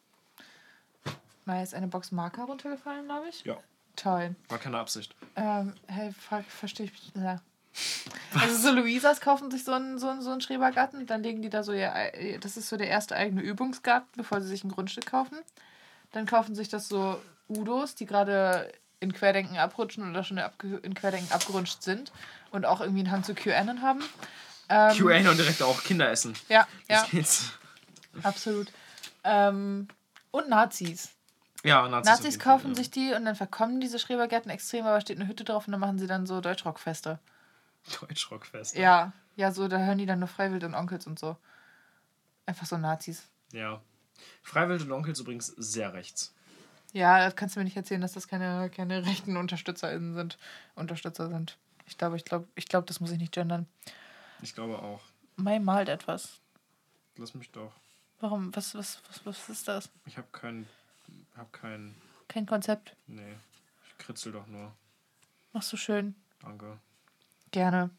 Mal ist eine Box Marker runtergefallen, glaube ich. Ja. Toll. War keine Absicht. Ähm, hey, ver verstehe ich. Ja. Also so Luisas kaufen sich so einen, so einen, so einen Schrebergarten, dann legen die da so ihr, das ist so der erste eigene Übungsgarten, bevor sie sich ein Grundstück kaufen. Dann kaufen sich das so Udos, die gerade in Querdenken abrutschen oder schon in Querdenken abgerutscht sind und auch irgendwie einen Hang zu QAnon haben. Ähm, QAnon direkt auch Kinder essen. Ja, Das ja, geht's. absolut. Ähm, und Nazis. Ja, Nazis, Nazis kaufen Fall, ja. sich die und dann verkommen diese Schrebergärten extrem, aber steht eine Hütte drauf und dann machen sie dann so Deutschrockfeste. Deutschrockfest. Ja, ja, so, da hören die dann nur Freiwild und Onkels und so. Einfach so Nazis. Ja. Freiwild und Onkels übrigens sehr rechts. Ja, das kannst du mir nicht erzählen, dass das keine, keine rechten UnterstützerInnen sind. Unterstützer sind. Ich glaube, ich glaube, ich glaube, das muss ich nicht gendern. Ich glaube auch. Mai malt etwas. Lass mich doch. Warum? Was, was, was, was ist das? Ich habe kein. hab kein. Kein Konzept. Nee. Ich kritzel doch nur. Machst du schön. Danke. Gerne.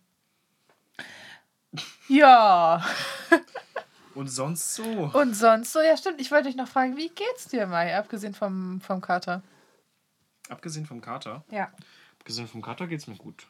Ja. Und sonst so? Und sonst so, ja stimmt, ich wollte dich noch fragen, wie geht's dir, Mai, abgesehen vom, vom Kater? Abgesehen vom Kater? Ja. Abgesehen vom Kater geht's mir gut.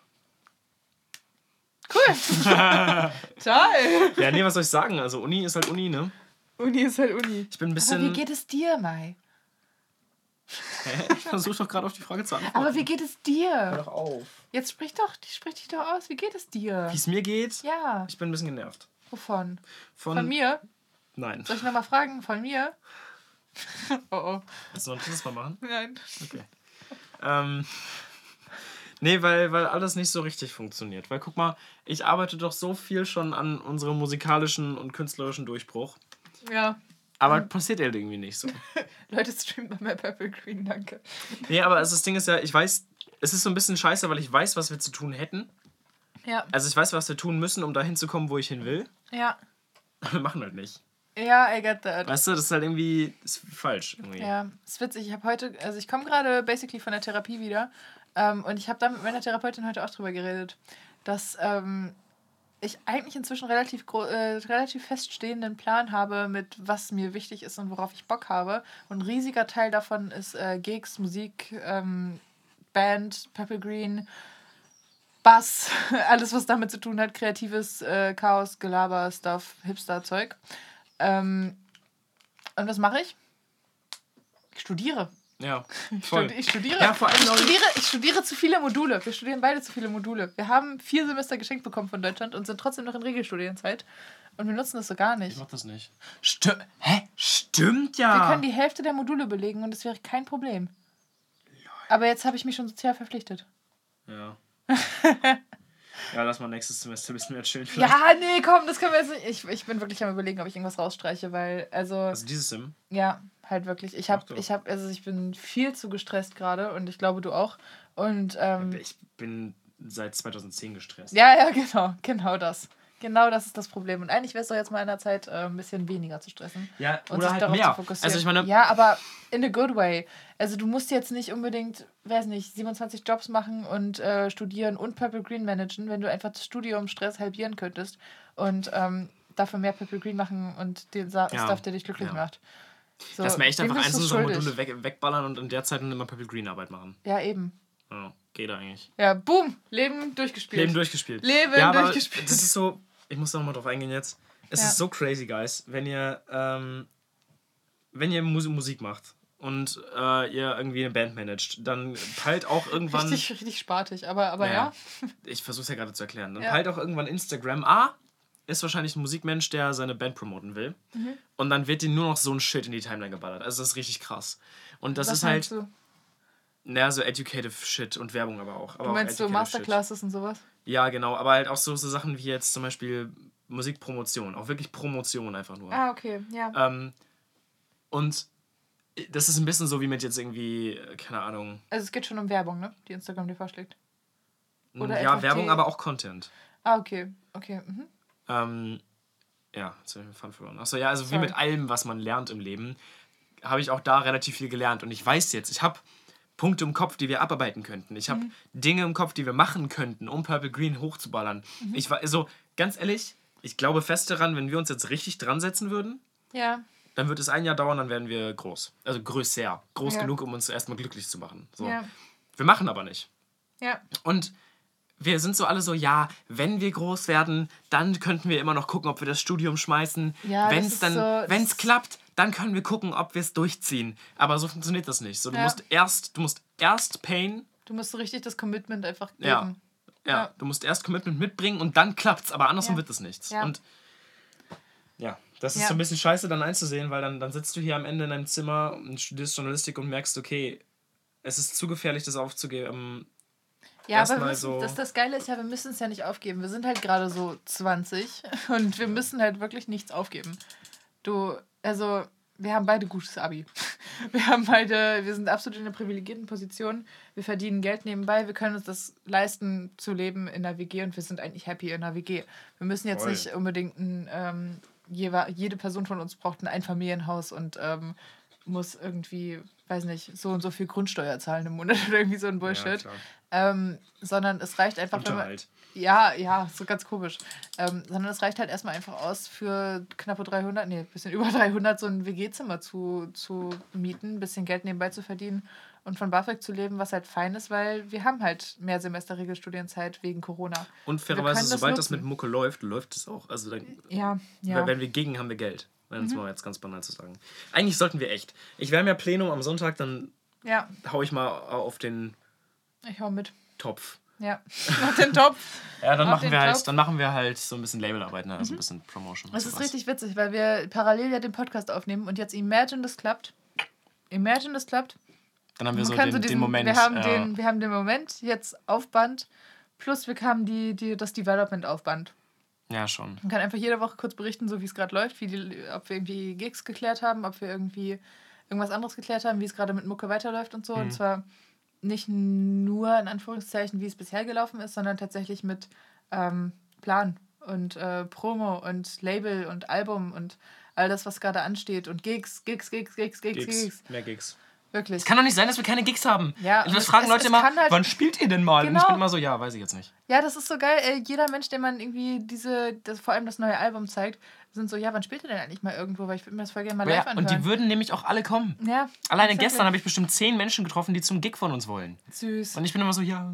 Cool. Toll. Ja, nee, was soll ich sagen? Also Uni ist halt Uni, ne? Uni ist halt Uni. Ich bin ein bisschen... Aber wie geht es dir, Mai? Hä? Ich versuche doch gerade auf die Frage zu antworten. Aber wie geht es Hör dir? doch auf. Jetzt sprich doch, sprich dich doch aus. Wie geht es dir? Wie es mir geht? Ja. Ich bin ein bisschen genervt. Wovon? Von, Von mir? Nein. Soll ich nochmal fragen? Von mir? Oh oh. Willst du noch ein drittes Mal machen? Nein. Okay. Ähm... Nee, weil, weil alles nicht so richtig funktioniert. Weil guck mal, ich arbeite doch so viel schon an unserem musikalischen und künstlerischen Durchbruch. Ja. Aber mhm. passiert halt irgendwie nicht so. Leute, streamt mal mehr Purple Green, danke. Nee, aber also das Ding ist ja, ich weiß, es ist so ein bisschen scheiße, weil ich weiß, was wir zu tun hätten. Ja. Also ich weiß, was wir tun müssen, um dahin zu kommen, wo ich hin will. Ja. Aber wir machen halt nicht. Ja, I get that. Weißt du, das ist halt irgendwie ist falsch. Irgendwie. Ja, ist witzig. Ich habe heute, also ich komme gerade basically von der Therapie wieder. Ähm, und ich habe da mit meiner Therapeutin heute auch drüber geredet, dass ähm, ich eigentlich inzwischen relativ, gro- äh, relativ feststehenden Plan habe, mit was mir wichtig ist und worauf ich Bock habe. Und ein riesiger Teil davon ist äh, Gigs, Musik, ähm, Band, Purple Green, Bass, alles was damit zu tun hat, kreatives äh, Chaos, Gelaber, Stuff, Hipster-Zeug. Ähm, und was mache ich? Ich studiere. Ja, voll. Ich studiere. Ja, vor allem ich, studiere ich studiere zu viele Module. Wir studieren beide zu viele Module. Wir haben vier Semester geschenkt bekommen von Deutschland und sind trotzdem noch in Regelstudienzeit. Und wir nutzen das so gar nicht. Ich mach das nicht. Sti- Hä? Stimmt ja. Wir können die Hälfte der Module belegen und es wäre kein Problem. Aber jetzt habe ich mich schon sozial verpflichtet. Ja. Ja, lass mal nächstes Semester ein bisschen mehr chillen. Ja, nee, komm, das können wir jetzt nicht. Ich, ich bin wirklich am Überlegen, ob ich irgendwas rausstreiche, weil, also... Also dieses Sim? Ja, halt wirklich. Ich Mach habe, doch. ich habe, also ich bin viel zu gestresst gerade und ich glaube, du auch. Und, ähm... Ich bin seit zweitausendzehn gestresst. Ja, ja, genau. Genau das. Genau das ist das Problem. Und eigentlich wäre es doch jetzt mal in der Zeit, äh, ein bisschen weniger zu stressen. Ja, und oder sich halt darauf mehr. zu fokussieren. Also ich meine... Ja, aber in a good way. Also du musst jetzt nicht unbedingt, weiß nicht, siebenundzwanzig Jobs machen und äh, studieren und Purple Green managen, wenn du einfach das Studiumstress halbieren könntest und ähm, dafür mehr Purple Green machen und den Sa- Ja. Stuff, der dich glücklich Ja. macht. So, Lass mir echt dem einfach bist du einzelne schuldig. Module weg, wegballern und in der Zeit dann immer Purple Green Arbeit machen. Ja, eben. Ja, geht eigentlich. Ja, boom, Leben durchgespielt. Leben durchgespielt. Leben ja, aber durchgespielt. Das ist so, ich muss da nochmal drauf eingehen jetzt. Es Ja. ist so crazy, guys, wenn ihr, ähm, wenn ihr Mus- Musik macht und äh, ihr irgendwie eine Band managt, dann peilt auch irgendwann... Richtig, richtig spartig, aber, aber Naja, ja. ich versuch's ja gerade zu erklären. Dann Ja. peilt auch irgendwann Instagram, ah, ist wahrscheinlich ein Musikmensch, der seine Band promoten will. Mhm. Und dann wird dir nur noch so ein Shit in die Timeline geballert. Also das ist richtig krass. Und das Was ist halt, meinst du? naja, so educative Shit und Werbung aber auch. Aber Du meinst auch so educative Masterclasses und sowas? Shit. Ja, genau. Aber halt auch so, so Sachen wie jetzt zum Beispiel Musikpromotion. Auch wirklich Promotion einfach nur. Ah, okay, ja. Ähm, und das ist ein bisschen so wie mit jetzt irgendwie, keine Ahnung. Also es geht schon um Werbung, ne? Die Instagram dir vorschlägt. Oder ja, einfach Werbung, die- aber auch Content. Ah, okay. Okay. Mhm. Ähm, ja, jetzt habe ich den Fun verloren. Achso, ja, also Sorry. wie mit allem, was man lernt im Leben, habe ich auch da relativ viel gelernt. Und ich weiß jetzt, ich habe Punkte im Kopf, die wir abarbeiten könnten. Ich habe Mhm. Dinge im Kopf, die wir machen könnten, um Purple Green hochzuballern. Mhm. Ich war, also, ganz ehrlich, ich glaube fest daran, wenn wir uns jetzt richtig dran setzen würden, Ja. dann wird es ein Jahr dauern, dann werden wir groß. Also größer. Groß Ja. genug, um uns erstmal glücklich zu machen. So. Ja. Wir machen aber nicht. Ja. Und wir sind so alle so, ja, wenn wir groß werden, dann könnten wir immer noch gucken, ob wir das Studium schmeißen. Ja, wenn das es ist dann, so- wenn das- es klappt, dann können wir gucken, ob wir es durchziehen. Aber so funktioniert das nicht. So, du Ja. musst erst, du musst erst Pain, Du musst so richtig das Commitment einfach geben. ja, ja, Ja. du musst erst Commitment mitbringen und dann klappt's. Aber andersrum Ja. wird es nichts. Ja. Und ja, das ist Ja. so ein bisschen scheiße dann einzusehen, weil dann, dann sitzt du hier am Ende in deinem Zimmer und studierst Journalistik und merkst, okay, es ist zu gefährlich, das aufzugeben. Ja, Erst aber wir mal müssen, so- das, das Geile ist ja, wir müssen es ja nicht aufgeben. Wir sind halt gerade so zwanzig und wir müssen halt wirklich nichts aufgeben. Du, also, wir haben beide gutes Abi. Wir haben beide, wir sind absolut in einer privilegierten Position. Wir verdienen Geld nebenbei, wir können uns das leisten zu leben in der W G und wir sind eigentlich happy in der W G. Wir müssen jetzt Voll. nicht unbedingt ein, ähm, jewe- jede Person von uns braucht ein Einfamilienhaus und ähm, muss irgendwie, weiß nicht, so und so viel Grundsteuer zahlen im Monat oder irgendwie so ein Bullshit. klar. Ähm, sondern es reicht einfach, wenn man, Unterhalt. ja, ja, so ganz komisch. Ähm, sondern es reicht halt erstmal einfach aus, für knappe dreihundert, nee, ein bisschen über dreihundert so ein W G-Zimmer zu, zu mieten, ein bisschen Geld nebenbei zu verdienen und von BAföG zu leben, was halt fein ist, weil wir haben halt mehr Semester Regelstudienzeit wegen Corona. Und Wir fairerweise, können das sobald das nutzen. mit Mucke läuft, läuft es auch. Also dann, Ja, ja. wenn wir gegen, haben wir Geld. Wenn es mal jetzt ganz banal zu sagen. Eigentlich sollten wir echt. Ich werde ja Plenum am Sonntag, dann Ja, hau ich mal auf den ich hau mit. Topf. Ja, auf den Topf. Ja, dann Auf machen den wir halt, Topf. dann machen wir halt so ein bisschen Labelarbeit, ne? Also ein bisschen Promotion. und Das ist sowas. richtig witzig, weil wir parallel ja den Podcast aufnehmen und jetzt imagine, das klappt. Imagine, das klappt. Dann haben wir Man so kann den, so diesen, den Moment. Wir haben, äh, den, wir haben den Moment jetzt auf Band, plus wir haben die, die, das Development auf Band. ja, schon. Man kann einfach jede Woche kurz berichten, so wie es gerade läuft, wie die, ob wir irgendwie Gigs geklärt haben, ob wir irgendwie irgendwas anderes geklärt haben, wie es gerade mit Mucke weiterläuft und so. Mhm. Und zwar nicht nur in Anführungszeichen, wie es bisher gelaufen ist, sondern tatsächlich mit ähm, Plan und äh, Promo und Label und Album und all das, was gerade ansteht. Und Gigs, Gigs, Gigs, Gigs, Gigs, Gigs. Gigs. Mehr Gigs. Wirklich. Es kann doch nicht sein, dass wir keine Gigs haben. Ja, das und es- fragen es- Leute es immer, kann halt- wann spielt ihr denn mal? Und ich Genau. bin immer so, ja, weiß ich jetzt nicht. Ja, das ist so geil. Äh, jeder Mensch, dem man irgendwie diese, das, vor allem das neue Album zeigt, sind so, ja, wann spielt ihr denn eigentlich mal irgendwo? Weil ich würde mir das voll gerne mal live Ja, anhören. und die würden nämlich auch alle kommen. ja, Alleine exactly. gestern habe ich bestimmt zehn Menschen getroffen, die zum Gig von uns wollen. Süß. Und ich bin immer so, ja.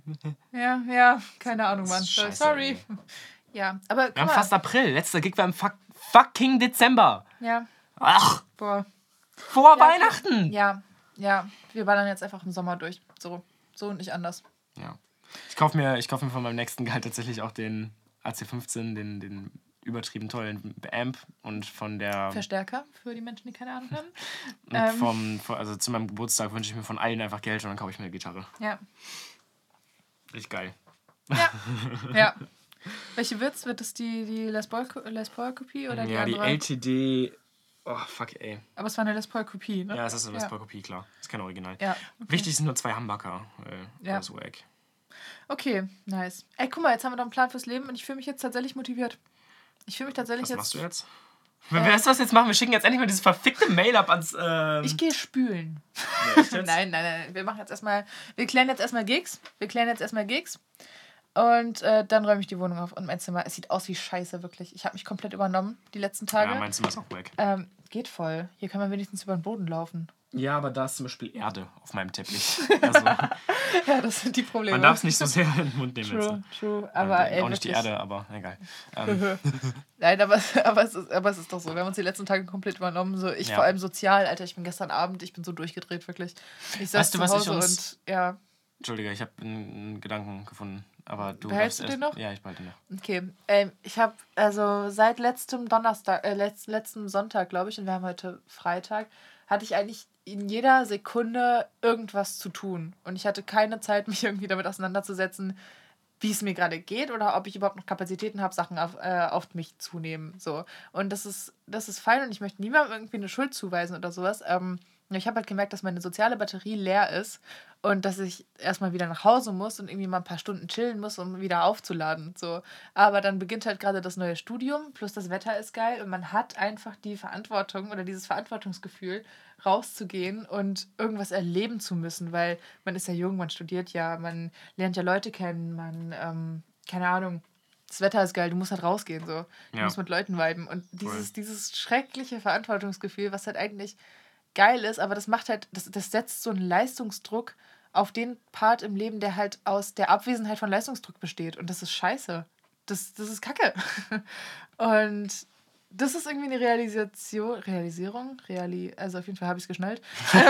Ja, ja, keine Ahnung, Mann. ist scheiße, Sorry. ey. Ja, aber Wir guck haben mal. fast April. Letzter Gig war im fuck, fucking Dezember. Ja, Ach, boah. vor Ja, Weihnachten. Ja, ja. Wir ballern jetzt einfach im Sommer durch. So, so und nicht anders. Ja. Ich kaufe mir, ich kauf mir von meinem nächsten Gehalt tatsächlich auch den A C fünfzehn, den, den übertrieben tollen Amp und von der Verstärker für die Menschen, die keine Ahnung haben. und ähm. vom, von- also zu meinem Geburtstag wünsche ich mir von allen einfach Geld und dann kaufe ich mir eine Gitarre. Ja. Richtig geil. Ja. Ja. Welche wird's? Wird es die, die Les Paul, Les Paul Kopie oder die ja, die andere? L T D. Oh, fuck, ey. Aber es war eine Les Paul Kopie, ne? Ja, es ist eine Les Ja. Paul Kopie, klar. Das ist kein Original. Ja. Wichtig sind nur zwei Humbucker. Weil Ja. das ist wack. Okay, nice. Ey, guck mal, jetzt haben wir doch einen Plan fürs Leben und ich fühle mich jetzt tatsächlich motiviert. Ich fühle mich tatsächlich Was jetzt... machst du jetzt? Äh, Weißt du, was wir jetzt machen? Wir schicken jetzt endlich mal dieses verfickte Mail ab ans... Ähm Ich gehe spülen. Nee, echt jetzt? nein, nein, nein. Wir machen jetzt erstmal... Wir klären jetzt erstmal Gigs. Wir klären jetzt erstmal Gigs. Und äh, dann räume ich die Wohnung auf und mein Zimmer. Es sieht aus wie Scheiße, wirklich. Ich habe mich komplett übernommen die letzten Tage. Ja, mein Zimmer ist auch weg. Ähm, geht voll. Hier kann man wenigstens über den Boden laufen. Ja, aber da ist zum Beispiel Erde auf meinem Teppich. Also, Ja, das sind die Probleme. man darf es nicht so sehr in den Mund nehmen. True, Jetzt. true. Aber Ähm, ey, auch nicht die wirklich. Erde, aber egal. Ähm, Nein, aber, aber, es ist, aber es ist doch so. Wir haben uns die letzten Tage komplett übernommen. So, ich Ja. vor allem sozial, Alter. Ich bin gestern Abend, ich bin so durchgedreht, wirklich. Ich saß Weißt du, zu was ich Hause uns- und ja, Entschuldige, ich habe einen, einen Gedanken gefunden. Aber du Behältst darfst du den erst- noch? Ja, ich behalte den noch. okay. Ähm, ich habe also seit letztem Donnerstag, äh, letzt, letzten Sonntag, glaube ich, und wir haben heute Freitag, hatte ich eigentlich in jeder Sekunde irgendwas zu tun. Und ich hatte keine Zeit, mich irgendwie damit auseinanderzusetzen, wie es mir gerade geht oder ob ich überhaupt noch Kapazitäten habe, Sachen auf, äh, auf mich zu nehmen. So. Und das ist, das ist fein und ich möchte niemandem irgendwie eine Schuld zuweisen oder sowas. Ähm, ich habe halt gemerkt, dass meine soziale Batterie leer ist und dass ich erstmal wieder nach Hause muss und irgendwie mal ein paar Stunden chillen muss, um wieder aufzuladen. So. Aber dann beginnt halt gerade das neue Studium, plus das Wetter ist geil und man hat einfach die Verantwortung oder dieses Verantwortungsgefühl, rauszugehen und irgendwas erleben zu müssen, weil man ist ja jung, man studiert ja, man lernt ja Leute kennen, man, ähm, keine Ahnung, das Wetter ist geil, du musst halt rausgehen, so. Du Ja. musst mit Leuten viben. Und dieses, dieses schreckliche Verantwortungsgefühl, was halt eigentlich geil ist, aber das macht halt, das, das setzt so einen Leistungsdruck auf den Part im Leben, der halt aus der Abwesenheit von Leistungsdruck besteht. Und das ist scheiße. Das, das ist Kacke. Und das ist irgendwie eine Realisation, Realisierung, Reali, also auf jeden Fall habe ich es geschnallt,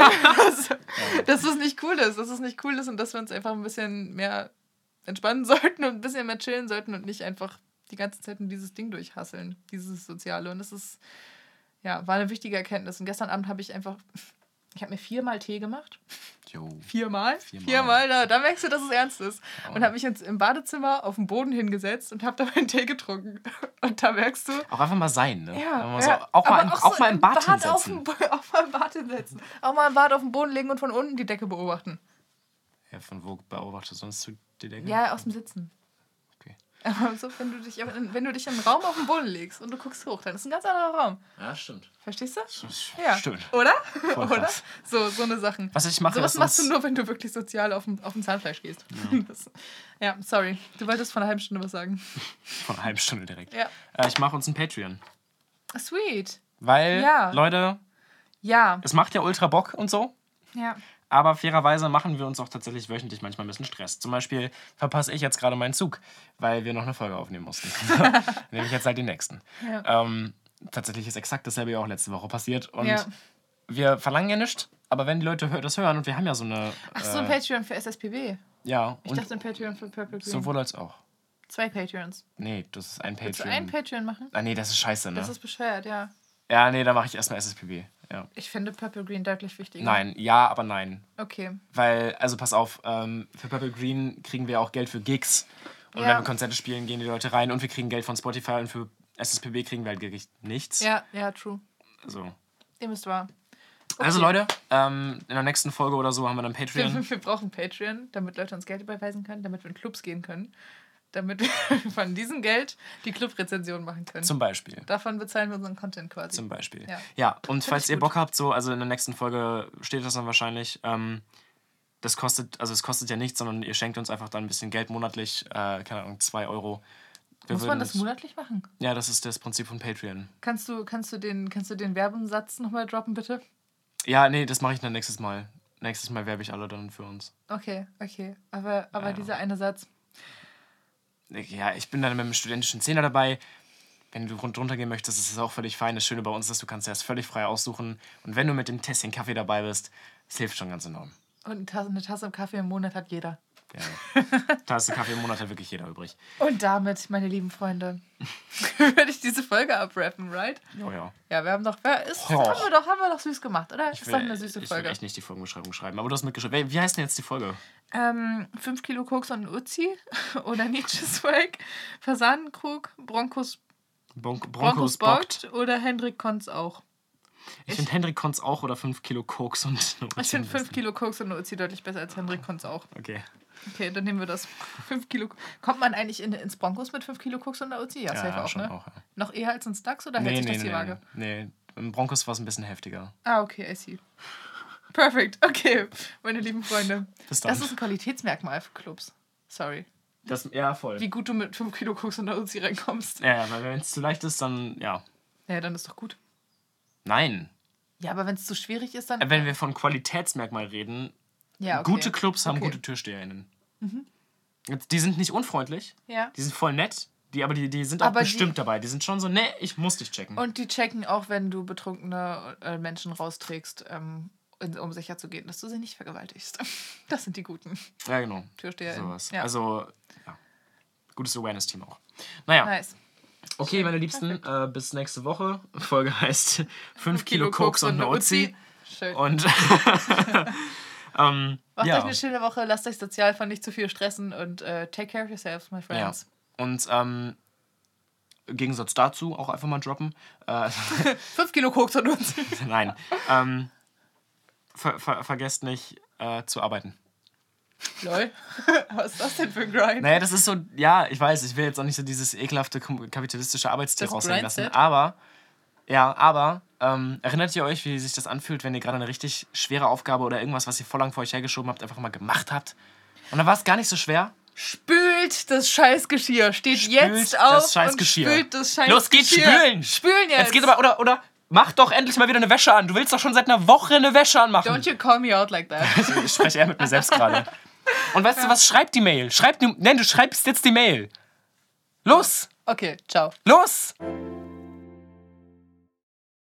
dass, dass es nicht cool ist, dass es nicht cool ist und dass wir uns einfach ein bisschen mehr entspannen sollten und ein bisschen mehr chillen sollten und nicht einfach die ganze Zeit nur dieses Ding durchhasseln, dieses Soziale. Und das ist, ja, war eine wichtige Erkenntnis. Und gestern Abend habe ich einfach, ich habe mir viermal Tee gemacht. Jo. Viermal? Viermal. Viermal, da, da merkst du, dass es ernst ist. Oh. Und habe mich jetzt im Badezimmer auf den Boden hingesetzt und habe da meinen Tee getrunken. Und da merkst du, Auch einfach mal sein, ne? ja, Einfach mal ja, so, auch, mal aber im, auch auch so mal im Bad, Auf hinsetzen. dem, Bo- auch mal im Bad hinsetzen. Auch mal im Bad auf den Boden legen und von unten die Decke beobachten. Ja, von wo beobachtest du sonst du die Decke? Ja, aus dem Sitzen. Okay. Aber so, wenn du, dich, wenn du dich im Raum auf den Boden legst und du guckst hoch, dann ist ein ganz anderer Raum. Ja, stimmt. Verstehst du? Das Ja. Stimmt. Oder? Voll Oder? krass. So, so eine Sachen. Was ich mache, Sowas ist machst du uns- nur, wenn du wirklich sozial auf dem, auf dem Zahnfleisch gehst. Ja. Das, ja, sorry. Du wolltest vor einer halben Stunde was sagen. Von einer halben Stunde direkt. Ja. Äh, ich mache uns ein Patreon. Sweet. Weil, Ja. Leute, Ja. es macht ja ultra Bock und so. Ja. Aber fairerweise machen wir uns auch tatsächlich wöchentlich manchmal ein bisschen Stress. Zum Beispiel verpasse ich jetzt gerade meinen Zug, weil wir noch eine Folge aufnehmen mussten. Nämlich jetzt halt den nächsten. Ja. Ähm, tatsächlich ist exakt dasselbe ja auch letzte Woche passiert. Und Ja. wir verlangen ja nichts, aber wenn die Leute hö- das hören und wir haben ja so eine... Ach so, ein äh, Patreon für S S P B. Ja, Ich und dachte ein Patreon für Purple Green. sowohl als auch. Zwei Patreons. Nee, das ist ein Willst du Patreon. ein Patreon machen? Ah, nee, das ist scheiße, ne? Das ist bescheuert, ja. Ja, nee, da mache ich erstmal S S P B. Ja. Ich finde Purple Green deutlich wichtiger. Nein, ja, aber nein. Okay. Weil, also pass auf, ähm, für Purple Green kriegen wir auch Geld für Gigs. Und Ja. wenn wir Konzerte spielen, gehen die Leute rein und wir kriegen Geld von Spotify und für S S P B kriegen wir halt wirklich nichts. Ja, ja, true. Also, Dem ist wahr. also Leute, ähm, in der nächsten Folge oder so haben wir dann Patreon. Wir, wir brauchen Patreon, damit Leute uns Geld überweisen können, damit wir in Clubs gehen können, damit wir von diesem Geld die Club-Rezension machen können. Zum Beispiel. Davon bezahlen wir unseren Content quasi. Zum Beispiel. Ja. Ja, und falls ich ihr gut. Bock habt, so, also in der nächsten Folge steht das dann wahrscheinlich, ähm, das kostet, also es kostet ja nichts, sondern ihr schenkt uns einfach dann ein bisschen Geld monatlich, äh, keine Ahnung, zwei Euro. Wir Muss man würden das uns- monatlich machen? Ja, das ist das Prinzip von Patreon. Kannst du, kannst du den, kannst du den Werbensatz nochmal droppen, bitte? Ja, nee, das mache ich dann nächstes Mal. Nächstes Mal werbe ich alle dann für uns. Okay, okay. Aber, aber Ja. dieser eine Satz. Ja, ich bin dann mit dem studentischen Zehner dabei. Wenn du rund drunter gehen möchtest, ist es auch völlig fein. Das Schöne bei uns ist, du kannst dir das völlig frei aussuchen. Und wenn du mit dem Tässchen Kaffee dabei bist, das hilft schon ganz enorm. Und eine Tasse, eine Tasse Kaffee im Monat hat jeder. Ja. Tasse Kaffee im Monat hat wirklich jeder übrig. Und damit, meine lieben Freunde, würde ich diese Folge abrappen, right? Ja, ja. Ja, wir haben doch, wer ist, Oh. haben wir doch, haben wir doch süß gemacht, oder? Ich ist will, doch eine süße ich will Folge. echt nicht die Folgenbeschreibung schreiben. Aber du hast mitgeschrieben. Wie heißt denn jetzt die Folge? Ähm, fünf Kilo Koks und Uzi oder Nietzsche Swag, Fasanenkrug, Broncos, Bon Broncos Broncos bockt. bockt oder Hendrik Konz auch. Ich finde Hendrik Konz auch oder fünf Kilo Koks und eine Ich finde Uzi. fünf Kilo Koks und eine Uzi deutlich besser als Hendrik Konz auch. Okay. Okay, dann nehmen wir das. fünf Kilo. Kommt man eigentlich in, ins Broncos mit fünf Kilo Koks und der Uzi? Ja, Ja, safe ja, auch, schon ne? auch, ja. Noch eher als ins DAX oder hält Nee, sich nee, das die nee, Waage? nee. Nee, im Broncos war es ein bisschen heftiger. Ah, okay, I see. Perfekt, okay, meine lieben Freunde. Bis dann. Das ist ein Qualitätsmerkmal für Clubs. Sorry. Das, ja, voll. Wie gut du mit fünf Kilo Koks und der Uzi reinkommst. Ja, weil wenn es zu leicht ist, dann ja. Ja, dann ist doch gut. Nein. Ja, aber wenn es zu schwierig ist, dann... Wenn wir von Qualitätsmerkmal reden, ja, okay. gute Clubs haben Okay. gute TürsteherInnen. Mhm. Die sind nicht unfreundlich, Ja. die sind voll nett, die, aber die, die sind auch Aber bestimmt die- dabei. Die sind schon so, ne, ich muss dich checken. Und die checken auch, wenn du betrunkene äh, Menschen rausträgst, ähm, um sicher zu gehen, dass du sie nicht vergewaltigst. Das sind die Guten Ja, genau. TürsteherInnen. Sowas. Ja. Also, ja. Gutes Awareness-Team auch. Naja, Nice. okay, meine Liebsten, äh, bis nächste Woche. Folge heißt fünf Kilo Koks und eine Uzi. Schön. Und ähm, Macht ja. euch eine schöne Woche, lasst euch sozial von nicht zu viel stressen und äh, take care of yourselves, my ja. friends. Und ähm, im Gegensatz dazu auch einfach mal droppen. Äh, Fünf Kilo Koks und uns. nein. Ähm, ver ver vergesst nicht äh, zu arbeiten. Lol. Was ist das denn für ein Grind? Naja, das ist so, ja, ich weiß, ich will jetzt auch nicht so dieses ekelhafte kom- kapitalistische Arbeitstier Das raushängen lassen, Grindset? aber, ja, aber, ähm, erinnert ihr euch, wie sich das anfühlt, wenn ihr gerade eine richtig schwere Aufgabe oder irgendwas, was ihr voll lang vor euch hergeschoben habt, einfach mal gemacht habt? Und dann war es gar nicht so schwer. Spült das Scheißgeschirr. Steht Spült jetzt das auf und Scheißgeschirr. spült das Scheißgeschirr. Los geht's, spülen! Spülen jetzt! Jetzt geht aber, oder, oder, mach doch endlich mal wieder eine Wäsche an. Du willst doch schon seit einer Woche eine Wäsche anmachen. Don't you call me out like that. Ich spreche eher mit mir selbst gerade. Und weißt du was? Schreib die Mail. Schreib die, nein, du schreibst jetzt die Mail. Los! Okay, ciao. Los!